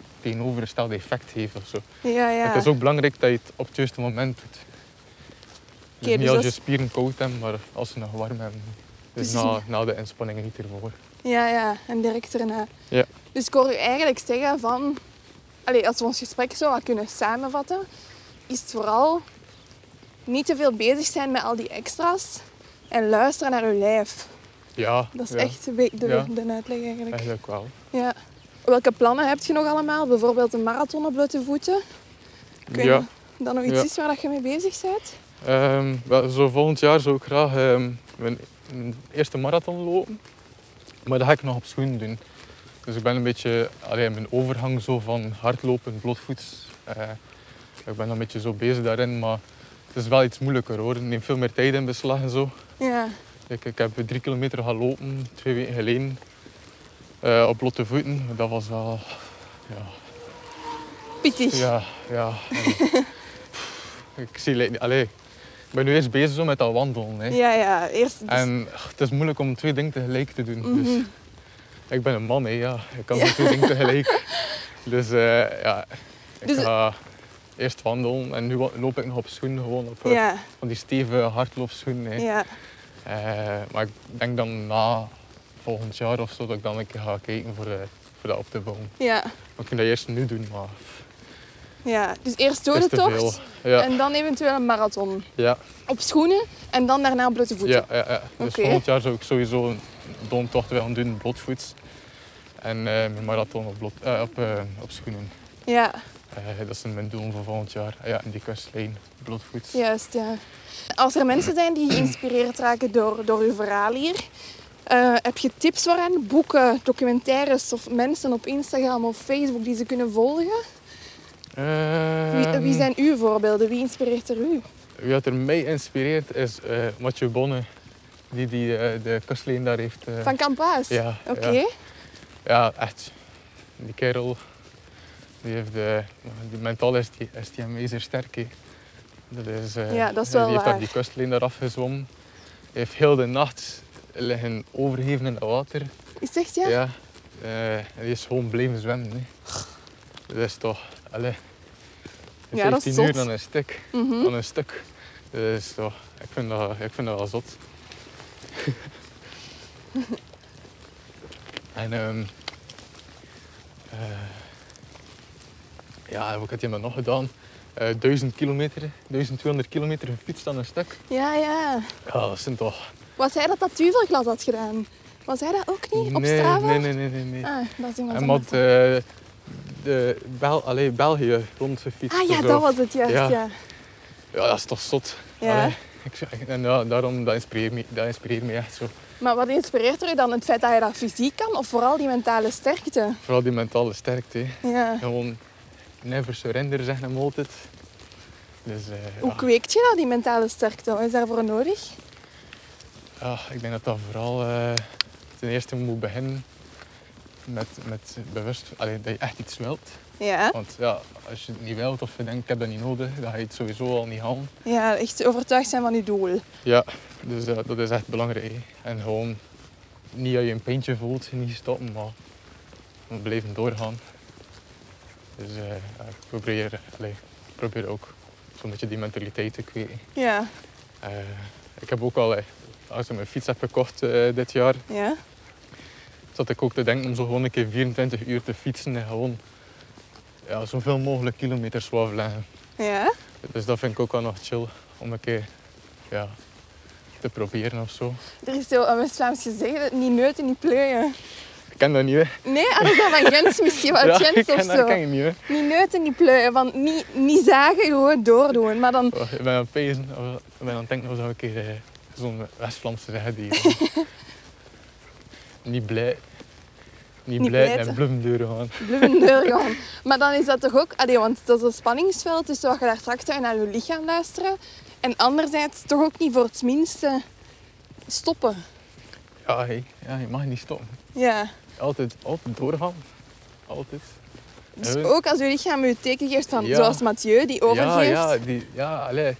tegenovergestelde effect heeft of zo. Ja, ja. Het is ook belangrijk dat je het op het juiste moment doet. Oké, niet dus als dat je is... spieren koud hebben, maar als ze nog warm hebben. Dus Dus na, na de inspanningen niet ervoor. Ja, ja, en direct erna. Ja. Dus ik hoor je eigenlijk zeggen van... Allee, als we ons gesprek zo wat kunnen samenvatten, is het vooral niet te veel bezig zijn met al die extra's en luisteren naar je lijf. Ja. Dat is ja, echt de, be- de, Ja. de uitleg eigenlijk. eigenlijk wel. Ja. Welke plannen heb je nog allemaal? Bijvoorbeeld een marathon op blote voeten? Ik weet Ja. niet, dat nog iets Ja. is waar dat je mee bezig bent? Ehm, wel, zo volgend jaar zou ik graag ehm, mijn mijn eerste marathon lopen. Maar dat ga ik nog op schoenen doen. Dus ik ben een beetje allee, mijn overgang zo van hardlopen, blootvoets. eh, ik ben een beetje zo bezig daarin, maar het is wel iets moeilijker hoor. Het neemt veel meer tijd in beslag en zo. Ja. Ik, ik heb drie kilometer gaan lopen, twee weken geleden. eh, op blote voeten. Dat was wel... Ja, Pittig. ja. ja ik zie... like- Allee, ik ben nu eerst bezig zo met dat wandelen. Hè. Ja, ja. Eerst... dus- En ach, het is moeilijk om twee dingen tegelijk te doen. Mhm. Dus, ik ben een man, hè, ja. Ik kan Ja. niet twee dingen tegelijk. Dus eh, ja, ik Dus- ga eerst wandelen en nu wa- loop ik nog op schoenen, gewoon op eh, Ja, van die stevige hardloopschoenen. Hè. ja. Eh, maar ik denk dan na volgend jaar of zo dat ik dan een keer ga kijken voor, eh, voor dat op te bouwen. Ja. Maar ik kan dat eerst nu doen, maar Ja. Dus eerst het is te dodentocht veel. Ja, en dan eventueel een marathon. ja, Op schoenen en dan daarna op blote voeten. ja, ja, ja. Dus Oké. volgend jaar zou ik sowieso een dodentocht willen doen, blootvoets. En eh, mijn marathon op, bloot, eh, op, eh, op schoenen. Ja, Eh, dat zijn mijn doelen voor volgend jaar. Ah ja, en die kustlijn, blootvoets. juist, ja. Als er mensen zijn die geïnspireerd raken door, door uw verhaal hier, eh, heb je tips voor hen? Boeken, documentaires of mensen op Instagram of Facebook die ze kunnen volgen? Wie, Ehm, wie zijn uw voorbeelden? Wie inspireert er u? Wie dat er mij inspireert is eh Mathieu Bonne, die, die eh, de kustlijn daar heeft. eh, Van Campaas? ja, Oké. ja. Ja, echt. Die kerel, die heeft de, die mentaal is die, is die amazing sterk. Hè. Dat is, eh, Ja, dat is die wel heeft waar. daar die kustlijn daar afgezwommen. Hij heeft heel de nacht liggen overgeven in het water. Is het echt, ja? Ja. Eh, en die is gewoon blijven zwemmen. Hè. Dat is toch, allee. Ja, dat is vijftien uur zot. aan een stuk. Mhm. Aan een stuk. Dat is toch, ik vind dat, ik vind dat wel zot. en ehm eh, ja, wat had hij maar nog gedaan? Eh, duizend kilometer, duizend tweehonderd kilometer gefietst aan een stuk. Ja, ja. Ja, dat zijn toch... Was hij dat dat duvelglad had gedaan? Was hij dat ook niet op nee, Strava? nee, nee, nee, nee, nee. Ah, dat is iemand En anders. met eh, de Bel allee, België rondgefietst. Ah ja, of zo. dat was het juist, ja. Ja. Ja, dat is toch zot. Ja. Allee, ik, zeg- en ja, daarom, dat inspireert, me, dat inspireert me echt zo. Maar wat inspireert er u dan? Het feit dat je dat fysiek kan of vooral die mentale sterkte? Vooral die mentale sterkte. Hè. Ja. Gewoon never surrender, zeggen hem altijd. Dus eh, Hoe ja. kweekt je dat, die mentale sterkte? Wat is daarvoor nodig? Ja, ik denk dat dat vooral eh, ten eerste moet beginnen met, met bewust, allee, dat je echt iets wilt. Ja. Want ja, als je het niet wilt of je denkt ik heb dat niet nodig, dan ga je het sowieso al niet halen. Ja, echt overtuigd zijn van je doel. Ja, dus uh, dat is echt belangrijk. Hè. En gewoon niet als je een pijntje voelt, niet stoppen, maar gewoon blijven doorgaan. Dus uh, ja, ik probeer, allee, ik probeer ook zo'n beetje die mentaliteit te kweken. Ja. Uh, ik heb ook al, als ik mijn fiets heb gekocht uh, dit jaar, Ja. zat ik ook te denken om zo gewoon een keer vierentwintig uur te fietsen en gewoon ja, zoveel mogelijk kilometers wou afleggen. Ja. Dus dat vind ik ook wel nog chill om een keer ja, te proberen of zo. Er is zo een West-Vlaams gezegd, niet neuten, niet pleuien. Ik ken dat niet, hè? Nee, ah, dat is dan van Gens misschien, wat Ja, Gens ik of ken, zo. dat ken je niet, hè? Niet neuten, niet pleuien, van niet, niet zagen, gewoon doordoen. Maar dan... Oh, ik ben aan het pezen, of ik ben aan het denken of ik een keer eh, zo'n West-Vlaamse zeggen die eh, niet blij, niet Niet blij blijten. en blumdeuren gaan. Blijven doorgaan. Maar dan is dat toch ook... Allee, want dat is een spanningsveld tussen wat je daar straks zei, naar je lichaam luisteren. En anderzijds toch ook niet voor het minste stoppen. Ja, hey, ja, je mag niet stoppen. Ja. Altijd, altijd doorgaan. Altijd. Dus Ja, ook als je lichaam je teken geeft van, Ja. zoals Mathieu, die overgeeft. Ja, ja, die, ja, allee.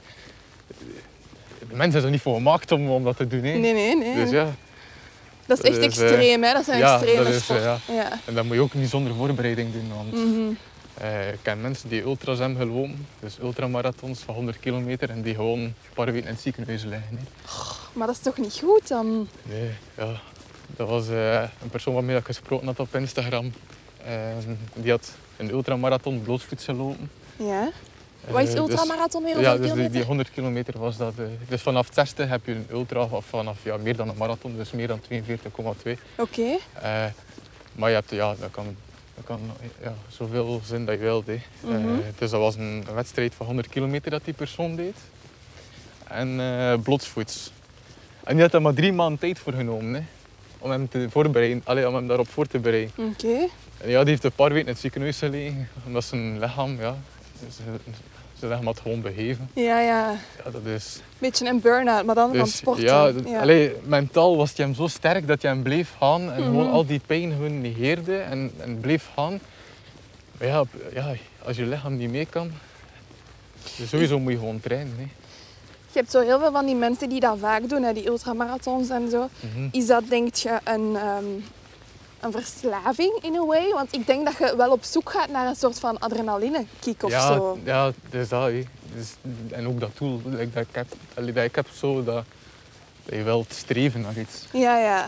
De mensen zijn er niet voor gemaakt om, om dat te doen, hè. Nee, nee, nee. Dus ja, Dat is echt Dus, eh, extreem, hè. Dat zijn ja, extreme dat is, sporten. eh, Ja. en dat moet je ook niet zonder voorbereiding doen, want Mhm. Uh, ik ken mensen die ultras hebben gelopen, dus ultramarathons van honderd kilometer, en die gewoon een paar weken in het ziekenhuis liggen. Hè. Oh, maar dat is toch niet goed dan? Nee, ja. Dat was uh, een persoon waarmee ik gesproken had op Instagram. Uh, die had een ultramarathon blootsvoets gelopen. Ja. Wat is Uh, ultramarathon weer? Dus, ja, dus kilometer? die, die honderd kilometer was dat. Uh, dus vanaf het zesde heb je een ultra, of vanaf ja, meer dan een marathon, dus meer dan tweeënveertig komma twee. Oké. Okay. Uh, maar je hebt, ja, dat kan, dat kan ja, zoveel zin dat je wilt. Hè. Mm-hmm. Uh, dus dat was een, een wedstrijd van honderd kilometer dat die persoon deed. En uh, blootsvoets. En die had daar maar drie maanden tijd voor genomen, hè, om hem te voorbereiden, allee, om hem daarop voor te bereiden. Oké. Okay. En ja, die heeft een paar weken in het ziekenhuis gelegen, omdat zijn lichaam, ja, zijn, zijn lichaam had gewoon beheven. Ja, ja. Ja, dat is... Beetje een burn-out, maar dan dus, van sporten. Ja, ja. Allee, mentaal was hij hem zo sterk dat hij hem bleef gaan en mm-hmm. gewoon al die pijn gewoon negeerde en, en bleef gaan. Maar ja, ja, als je lichaam niet mee kan, dus sowieso moet je gewoon trainen. Hè. Je hebt zo heel veel van die mensen die dat vaak doen, hè, die ultramarathons en zo. Mm-hmm. Is dat, denk je, een, um, een verslaving in a way? Want ik denk dat je wel op zoek gaat naar een soort van adrenaline-kick of ja, zo. Ja, dat is dat. Hè. Dus, en ook dat doel like, dat, ik heb, allee, dat ik heb, zo, dat, dat je wilt streven naar iets. Ja, ja.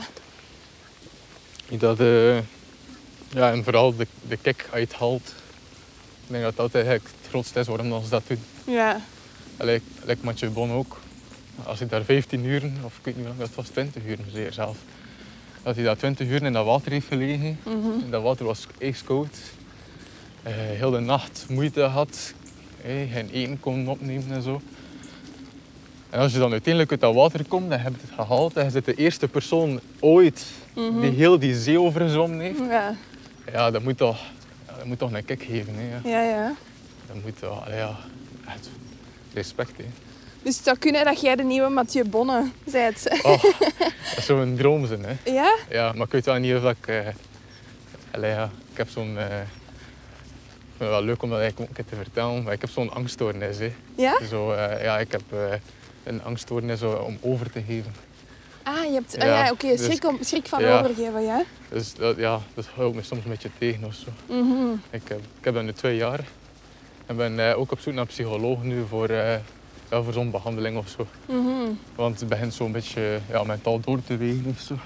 Dat, uh, ja, en vooral de, de kick uithaalt. Ik denk dat dat eigenlijk het grootste is waarom ze dat doen. Ja. Like, like Mathieu Bon ook. Als hij daar vijftien uur, of ik weet niet hoe lang dat was, twintig uur zeer zelf. Dat hij daar twintig uur in dat water heeft gelegen. Mm-hmm. En dat water was ijskoud. Uh, heel de nacht moeite had. Hey, geen eten kon opnemen en zo. En als je dan uiteindelijk uit dat water komt, dan heb je het gehaald. En je bent de eerste persoon ooit mm-hmm. die heel die zee overgezwommen heeft. Ja, ja dat, moet toch, dat moet toch een kick geven. Hè, ja. Ja, ja. Dat moet toch, allee, ja, echt respect. Hè. Dus het zou kunnen dat jij de nieuwe Mathieu Bonne bent. Oh, dat is zo'n droomzin, hè. Ja? Ja, maar ik weet wel niet of ik... Uh, allee, ja, ik heb zo'n... Uh, ik vind het wel leuk om dat eigenlijk ook een keer te vertellen, maar ik heb zo'n angststoornis. Hè. Ja? Zo, uh, ja, ik heb uh, een angststoornis uh, om over te geven. Ah, je hebt... Ja, ah, ja, oké, okay, dus, schrik, om, schrik van ja, overgeven, ja? Dus dat, ja, dat houdt me soms een beetje tegen of zo. Mm-hmm. Ik, uh, ik heb dat nu twee jaar. En ben uh, ook op zoek naar een psycholoog nu voor... Uh, Ja, voor zo'n behandeling of zo. Mm-hmm. Want het begint zo'n beetje ja, mentaal door te wegen of zo.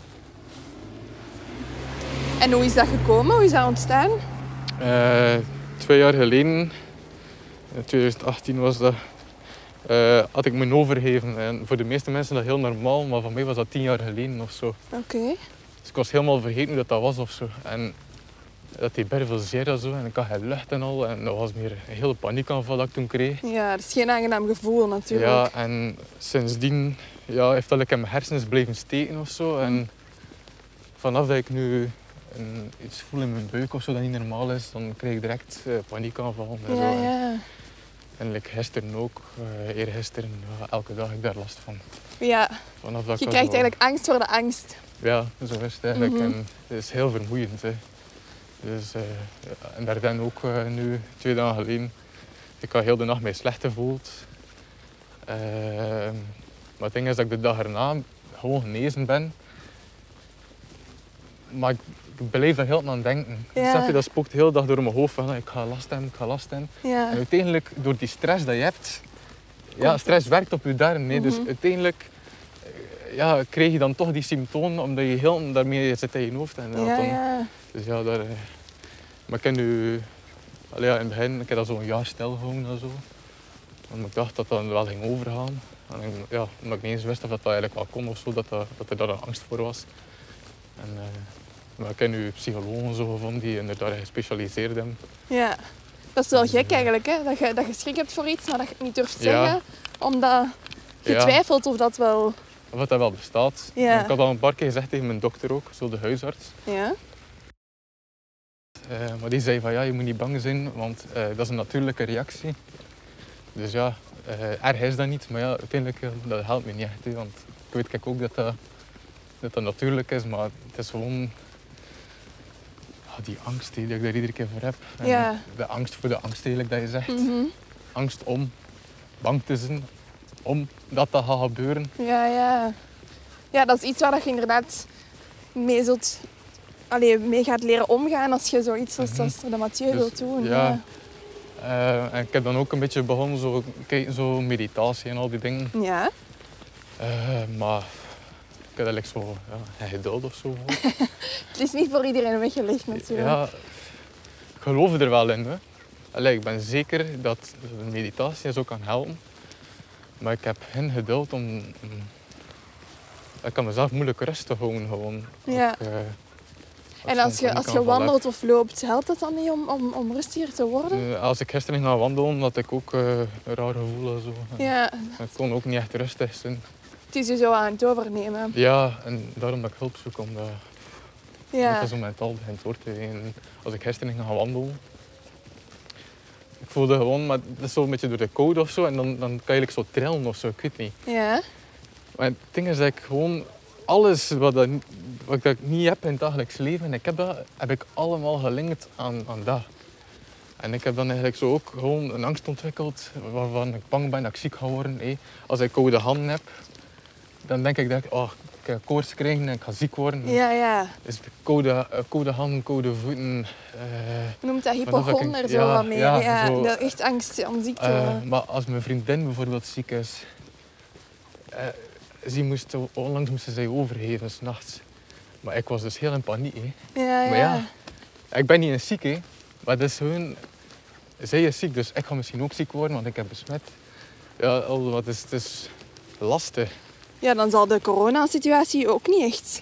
En hoe is dat gekomen? Hoe is dat ontstaan? Uh, twee jaar geleden, in twintig achttien was dat, uh, had ik me overgeven. En voor de meeste mensen is dat heel normaal, maar voor mij was dat tien jaar geleden of zo. Oké. Okay. Dus ik was helemaal vergeten hoe dat, dat was of zo. En dat die best veel zeer en zo, en ik had geen lucht en al. En dat was meer een hele paniekaanval dat ik toen kreeg. Ja, dat is geen aangenaam gevoel natuurlijk. Ja, en sindsdien ja, heeft dat in mijn hersens blijven steken of zo. En vanaf dat ik nu een, iets voel in mijn buik of zo dat niet normaal is, dan krijg ik direct uh, paniekaanvallen en ja, zo. Ja. En like, gisteren ook, uh, eergisteren, ja, elke dag heb ik daar last van. Ja, vanaf dat je ik krijgt zo... eigenlijk angst voor de angst. Ja, zo is het eigenlijk. Mm-hmm. En het is heel vermoeiend. Hè. Dus, uh, en daarin ook uh, nu, twee dagen geleden, ik had heel de nacht mij slecht gevoeld. Uh, maar het ding is dat ik de dag erna gewoon genezen ben. Maar ik, ik blijf er heel aan denken. Ja. Je, dat spookt de hele dag door mijn hoofd van ik ga last hebben, ik ga last hebben. Ja. En uiteindelijk, door die stress dat je hebt, ja, stress werkt op je darm. Nee? Mm-hmm. Dus uiteindelijk ja, krijg je dan toch die symptomen, omdat je heel daarmee zit in je hoofd. En, ja, dan, ja. Dus ja, daar... Maar ik heb nu... Allee, ja, in het begin, ik heb dat zo'n jaar stilgehouden en zo. En ik dacht dat dat wel ging overgaan. En ik, ja, omdat ik niet eens wist of dat, dat eigenlijk wel kon of zo, dat, dat, dat er daar een angst voor was. En, uh, maar ik heb nu psychologen zo gevonden die inderdaad gespecialiseerd hebben. Ja, dat is wel gek eigenlijk, hè? Dat je, dat je schrik hebt voor iets, maar dat je het niet durft Ja. zeggen. Omdat je Ja. twijfelt of dat wel... Of dat wel bestaat. Ja. En ik had al een paar keer gezegd tegen mijn dokter ook, zo de huisarts. Ja. Uh, maar die zei van ja, je moet niet bang zijn, want uh, dat is een natuurlijke reactie. Dus ja, uh, erg is dat niet, maar ja, uiteindelijk uh, dat helpt me niet echt. Hè, want ik weet kijk ook dat dat, dat dat natuurlijk is, maar het is gewoon oh, die angst die ik daar iedere keer voor heb. En Ja. de angst voor de angst eigenlijk dat je zegt. Mm-hmm. Angst om bang te zijn, om dat dat gaat gebeuren. Ja, ja. Ja, dat is iets waar je inderdaad mee zult allee, mee gaat leren omgaan als je zoiets als, Mhm. als de Mathieu Dus, wilt doen. ja. Uh, en ik heb dan ook een beetje begonnen, zo, kijken, zo meditatie en al die dingen. Ja. Uh, maar ik heb eigenlijk zo ja, geen geduld of zo. Het is niet voor iedereen weggelegd natuurlijk. Ja, ik geloof er wel in. Hè. Allee, ik ben zeker dat meditatie zo kan helpen. Maar ik heb geen geduld om... om ik kan mezelf moeilijk rustig houden. Gewoon. Ja. Ik, uh, en als je, als je wandelt of loopt, helpt dat dan niet om, om, om rustiger te worden? Uh, als ik gisteren ging gaan wandelen, had ik ook uh, een raar gevoel. En zo. Ja. Ik kon ook niet echt rustig zijn. Het is je zo aan het overnemen. Ja, en daarom dat ik hulp zoek. Omdat ja. ik zo mentaal begint door te wegen. Als ik gisteren ging gaan wandelen, ik voelde gewoon, maar dat is zo een beetje door de koude of zo. En dan, dan kan je eigenlijk zo trillen of zo, ik weet niet. Ja. Maar het ding is dat ik gewoon alles wat, dat, wat ik niet heb in het dagelijks leven, en ik heb dat, heb ik allemaal gelinkt aan, aan dat. En ik heb dan eigenlijk zo ook gewoon een angst ontwikkeld waarvan ik bang ben dat ik ziek ga worden. Hé. Als ik koude handen heb, dan denk ik dat ik, oh, ik ga koorts krijgen en ik ga ziek worden. Ja, ja. Dus koude, koude handen, koude voeten. Uh, Je noemt dat hypochonder ik, zo ja, wat meer. Ja, ja, zo, dat echt angst om ziek te uh, worden. Maar als mijn vriendin bijvoorbeeld ziek is, uh, ze moest, onlangs moest ze zich overgeven 's nachts. Maar ik was dus heel in paniek. Hè. Ja, ja. Maar ja, ik ben niet eens ziek, hè. Maar het is gewoon... Zij is ziek, dus ik ga misschien ook ziek worden, want ik heb besmet. Ja, het is, het is lastig. Ja, dan zal de coronasituatie ook niet echt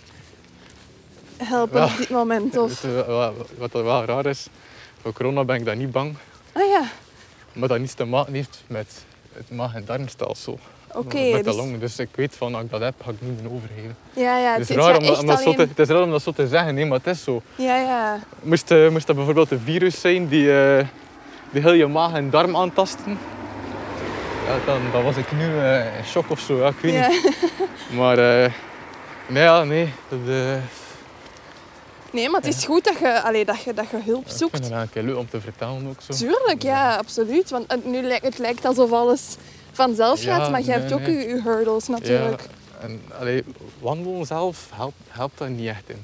helpen ja. op dit moment. Of... Wat wel raar is, voor corona ben ik dan niet bang. Ah ja. Maar dat niets te maken heeft met het maag- en darmstelsel. Oké. Okay, met de dus... longen. Dus ik weet van, als ik dat heb, ga ik niet meer overgeven. Ja, ja. Het is, raar om, om alleen... dat zo te, het is raar om dat zo te zeggen, nee, maar het is zo. Ja, ja. Moest, uh, moest dat bijvoorbeeld een virus zijn die, uh, die heel je maag en darm aantasten, ja, dan, dan was ik nu uh, in shock of zo, ja, ik weet ja. niet. Maar uh, nee, ja, nee. Dat, uh, nee, maar het is ja. goed dat je, allee, dat, je, dat je hulp zoekt. Ik vind het eigenlijk leuk om te vertellen ook zo. Tuurlijk, ja, ja absoluut. Want nu lijkt het lijkt alsof alles vanzelf gaat, ja, maar je nee, hebt ook nee. je, je hurdles natuurlijk. Ja, en allee, wandelen zelf helpt, helpt daar niet echt in.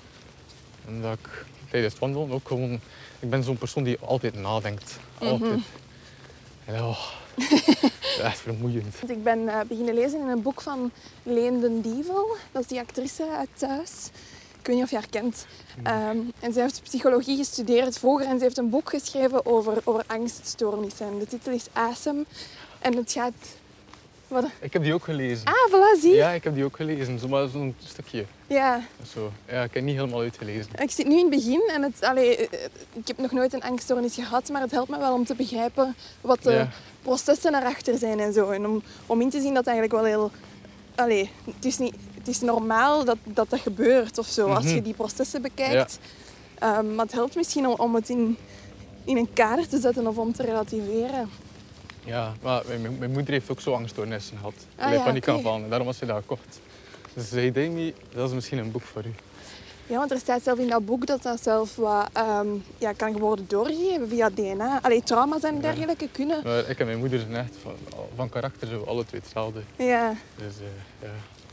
Omdat ik tijdens het wandelen ook gewoon... Ik ben zo'n persoon die altijd nadenkt. Altijd. Mm-hmm. En, oh, echt vermoeiend. Ik ben uh, beginnen lezen in een boek van Leen den Dievel. Dat is die actrice uit Thuis. Ik weet niet of je haar kent. Um, en zij heeft psychologie gestudeerd vroeger en ze heeft een boek geschreven over, over angststoornissen. De titel is Awesome. En het gaat... Wat? Ik heb die ook gelezen. Ah, voilà, zie je? Ja, ik heb die ook gelezen. Zomaar zo'n stukje. Ja. Zo. Ja, ik heb niet helemaal uitgelezen. Ik zit nu in het begin en het, allee, ik heb nog nooit een angststoornis gehad, maar het helpt me wel om te begrijpen wat de ja. processen erachter zijn en zo. En om, om in te zien dat het eigenlijk wel heel... Allee, het is, niet, het is normaal dat, dat dat gebeurt of zo, mm-hmm. als je die processen bekijkt. Ja. Um, maar het helpt misschien om, om het in, in een kader te zetten of om te relativeren. Ja, maar mijn, mijn moeder heeft ook zo angststoornissen gehad. Ah, ja, okay. paniekaanvallen. En daarom was ze dat gekocht. Dus ze zei, Demi, dat is misschien een boek voor u. Ja, want er staat zelf in dat boek dat dat zelf wat, um, ja, kan worden doorgegeven via D N A. Allee, trauma's en dergelijke ja. kunnen. Maar ik en mijn moeder zijn echt van, van karakter zo alle twee hetzelfde. Ja. Dus uh, ja,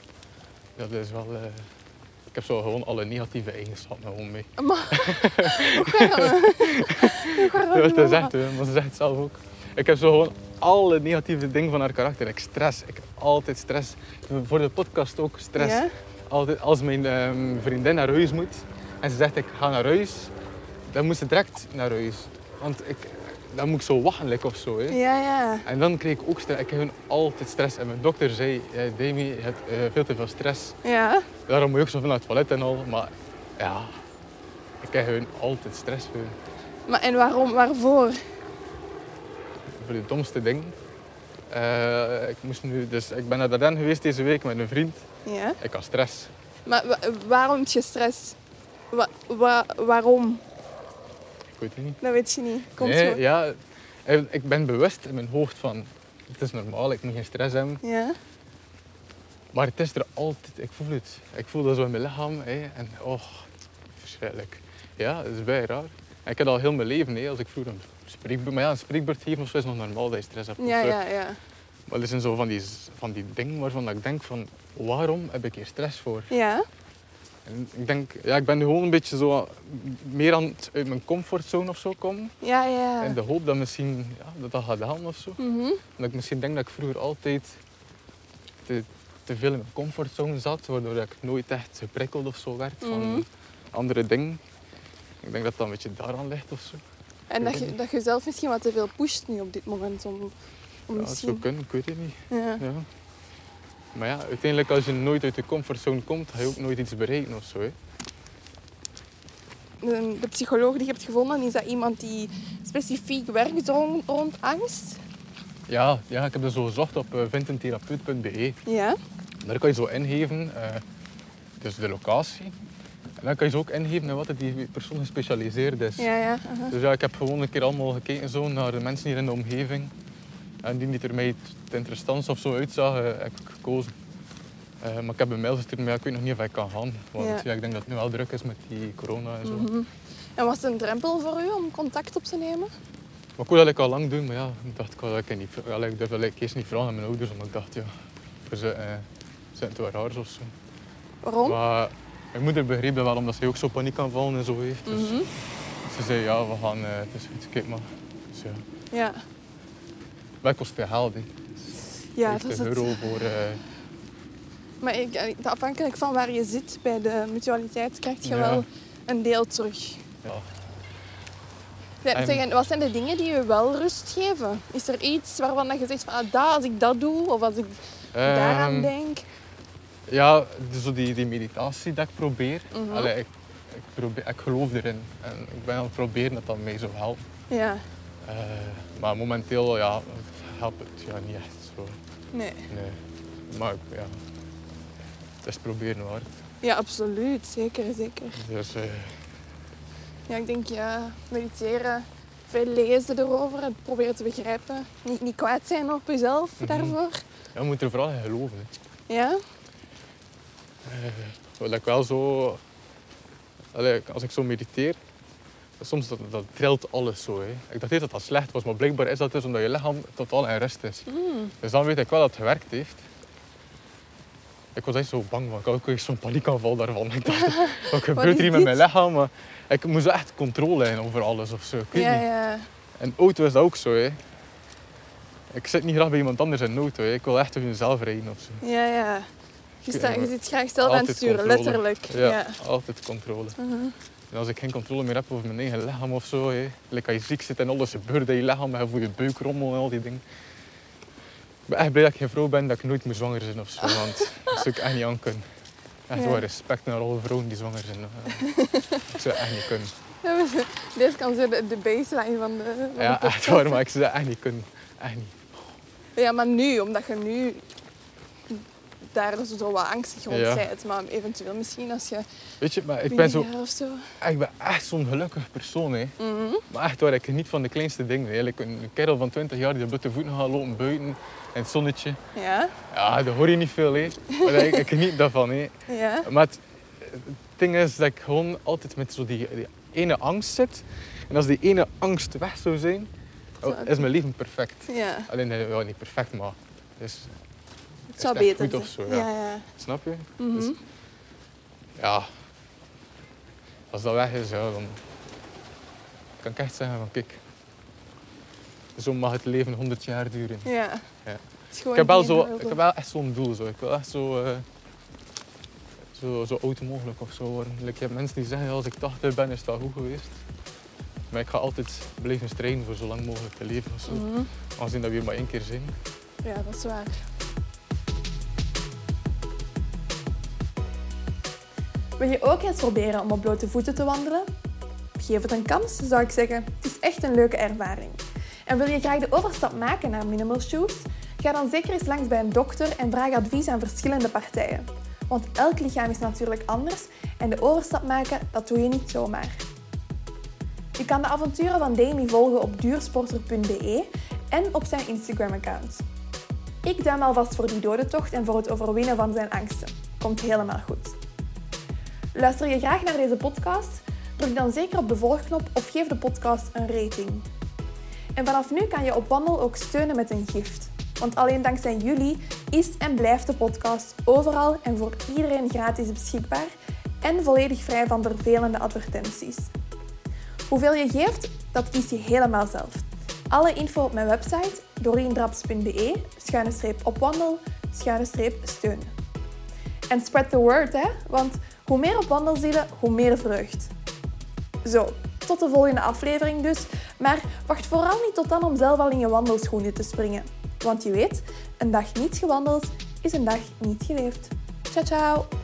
dat is wel... Uh... Ik heb zo gewoon alle negatieve eigenschappen gewoon mee. Maar, hoe gaat dat? Dat is echt, maar ze zegt het zelf ook. Ik heb zo gewoon alle negatieve dingen van haar karakter. Ik stress. Ik heb altijd stress. Voor de podcast ook stress. Ja? Altijd, als mijn um, vriendin naar huis moet en ze zegt ik ga naar huis, dan moet ze direct naar huis. Want ik, dan moet ik zo wachten like, of zo. Hè. Ja, ja. En dan kreeg ik ook stress. Ik heb gewoon altijd stress. En mijn dokter zei, ja, Demi, je hebt uh, veel te veel stress. Ja. Daarom moet je ook zoveel naar het toilet en al. Maar ja, ik heb gewoon altijd stress. Gewoon. Maar en waarom, waarvoor? Voor de domste dingen. Uh, ik, moest nu, dus ik ben naar Dardenne geweest deze week met een vriend. Ja. Ik had stress. Maar wa- waarom heb je stress? Wa- wa- waarom? Ik weet het niet. Dat weet je niet. Komt nee, zo. Ja, ik ben bewust in mijn hoofd van het is normaal, ik moet geen stress hebben. Ja. Maar het is er altijd, ik voel het. Ik voel dat zo in mijn lichaam. Hè, en oh, verschrikkelijk. Ja, dat is bij raar. En ik heb dat al heel mijn leven, hè, als ik vroeger een spreekbeurt, maar ja, een spreekbeurt geven of zo is nog normaal dat je stress hebt. Ja, ja, ja. Maar er zijn zo van die, van die dingen waarvan ik denk van, waarom heb ik hier stress voor? Ja. En ik denk, ja, ik ben nu gewoon een beetje zo meer aan het uit mijn comfortzone of zo komen. Ja, ja. In de hoop dat misschien ja, dat, dat gaat helpen of zo. Mm-hmm. Dat ik misschien denk dat ik vroeger altijd te, te veel in mijn comfortzone zat, waardoor ik nooit echt geprikkeld of zo werd van Mm-hmm. andere dingen. Ik denk dat dat een beetje daaraan ligt of zo. En dat je, dat je zelf misschien wat te veel pusht nu op dit moment. Om, om Ja, dat misschien... zou kunnen, ik weet het niet. Ja. Ja. Maar ja, uiteindelijk als je nooit uit je comfortzone komt, ga je ook nooit iets bereiken of zo. Hè. De, de psycholoog die je hebt gevonden, is dat iemand die specifiek werkt rond, rond angst? Ja, ja, ik heb er zo gezocht op uh, vind een therapeut punt b e. Ja. Daar kan je zo ingeven, uh, dus de locatie. En dan kan je zo ook ingeven in wat die persoon gespecialiseerd is. Ja, ja. Uh-huh. Dus ja, ik heb gewoon een keer allemaal gekeken zo naar de mensen hier in de omgeving. En die die er mij het interessantst of zo uitzagen, heb ik gekozen. Uh, maar ik heb een mail gestuurd, maar ja, ik weet nog niet of ik kan gaan. Want Ja. ja, ik denk dat het nu wel druk is met die corona en zo. Mm-hmm. En was het een drempel voor u om contact op te nemen? Maar ik wou dat ik al lang doen, maar ja, ik dacht ik wou dat ik niet, ja, ik durfde dat eerst niet vragen aan mijn ouders, omdat ik dacht, ja, voor ze uh, zijn het wel raar of zo. Waarom? Maar mijn moeder begreep dat wel, omdat ze ook zo paniekaanvallen en zo heeft. Dus Mm-hmm. ze zei, ja, we gaan, uh, het is goed, kijk maar. Dus ja, Ja. dat kost veel geld, hè. Ja, dat is vijftig het. euro voor... Uh, Maar ik, afhankelijk van waar je zit bij de mutualiteit, krijg je Ja. wel een deel terug. ja. Zeg, En- zeg, wat zijn de dingen die je wel rust geven? Is er iets waarvan dat je zegt van, ah, dat, als ik dat doe, of als ik daaraan Ehm, denk? Ja, dus zo die, die meditatie dat ik probeer. Mhm. Allee, ik, ik, probeer, ik geloof erin. En ik ben aan het proberen dat dat mij zo helpt. Ja, Uh, maar momenteel ja, helpt het ja, niet echt zo. nee. Nee. Maar ja, het is proberen waard. Ja, absoluut. Zeker, zeker. Dus, uh, Ja, ik denk, ja, mediteren, veel lezen erover, het proberen te begrijpen. Niet, niet kwaad zijn op jezelf Mhm. daarvoor. ja, je moet er vooral in geloven. Hè. Ja? Uh, wat ik wel zo... Allee, als ik zo mediteer, soms dat, dat trilt alles zo. Hè. Ik dacht niet dat dat slecht was, maar blijkbaar is dat dus omdat je lichaam totaal in rust is. Mm. Dus dan weet ik wel dat het gewerkt heeft. Ik was echt zo bang, want ik had ook echt zo'n paniekaanval daarvan. Ik dacht, wat gebeurt is hier met dit? mijn lichaam? Maar ik moest echt controle hebben over alles of zo. Ik weet Ja, niet. ja. En auto is dat ook zo. Hè. Ik zit niet graag bij iemand anders in een auto. Hè. Ik wil echt over mezelf rijden of zo. Ja, ja. Je, sta, je Ja, zit graag zelf aan het altijd sturen, controle. letterlijk. Ja, Ja. altijd controle. Mhm. En als ik geen controle meer heb over mijn eigen lichaam of zo, hè. Like als je ziek zit en alles gebeurt in je lichaam, en je voelt je buikrommel en al die dingen. Ik ben echt blij dat ik geen vrouw ben, dat ik nooit meer zwanger ben of zo, want dat zou ik echt niet aan kunnen. Echt Ja. wel respect naar alle vrouwen die zwanger zijn. Ik zou het echt niet kunnen. Ja, deze kan zo de, de baseline van de, van de Ja, podcast. echt waar, maar ik zou het echt niet kunnen. Echt niet. Ja, maar nu, omdat je nu daar zo wat angstig rond Ja. bent. Maar eventueel misschien als je Weet je, maar ik ben, twintig zo, jaar of zo... ik ben echt zo'n gelukkig persoon. Hè. Mhm. Maar echt waar, ik geniet van de kleinste dingen. Hè. Like een kerel van twintig jaar die op blote voeten gaat lopen buiten in het zonnetje. Ja, Ja, dat hoor je niet veel. Hè. Maar ik, ik geniet daarvan. Hè. ja. Maar het, het ding is dat ik gewoon altijd met zo die, die ene angst zit. En als die ene angst weg zou zijn, Zo. is mijn leven perfect. Ja, Alleen, eh, wel niet perfect, maar het is, het zou echt beter goed zijn. of zo, ja. Ja, ja. snap je? Mhm. Dus, ja, als dat weg is, ja, dan kan ik echt zeggen van kijk, zo mag het leven honderd jaar duren. Ja. Ja. Het is gewoon Ik heb, wel geen zo, hulp. ik heb wel echt zo'n doel. Zo. Ik wil echt zo, uh, zo, zo oud mogelijk of zo worden. Like, je hebt mensen die zeggen, ja, als ik tachtig ben, is dat goed geweest. Maar ik ga altijd blijven strijden voor zo lang mogelijk te leven. Of zo. Mhm. Aangezien dat we hier maar één keer zijn. Ja, dat is waar. Wil je ook eens proberen om op blote voeten te wandelen? Geef het een kans, zou ik zeggen. Het is echt een leuke ervaring. En wil je graag de overstap maken naar minimal shoes? Ga dan zeker eens langs bij een dokter en vraag advies aan verschillende partijen. Want elk lichaam is natuurlijk anders en de overstap maken, dat doe je niet zomaar. Je kan de avonturen van Demi volgen op duursporter punt b e en op zijn Instagram-account. Ik duim alvast voor die dodentocht en voor het overwinnen van zijn angsten. Komt helemaal goed. Luister je graag naar deze podcast? Druk dan zeker op de volgknop of geef de podcast een rating. En vanaf nu kan je op Wandel ook steunen met een gift. Want alleen dankzij jullie is en blijft de podcast overal en voor iedereen gratis beschikbaar en volledig vrij van vervelende advertenties. Hoeveel je geeft, dat kies je helemaal zelf. Alle info op mijn website doriendraps punt be schuine streep opwandel schuine streep steun. En spread the word, hè? Want hoe meer op wandelzielen, hoe meer vreugd. Zo, tot de volgende aflevering dus. Maar wacht vooral niet tot dan om zelf al in je wandelschoenen te springen. Want je weet, een dag niet gewandeld is een dag niet geleefd. Ciao, ciao!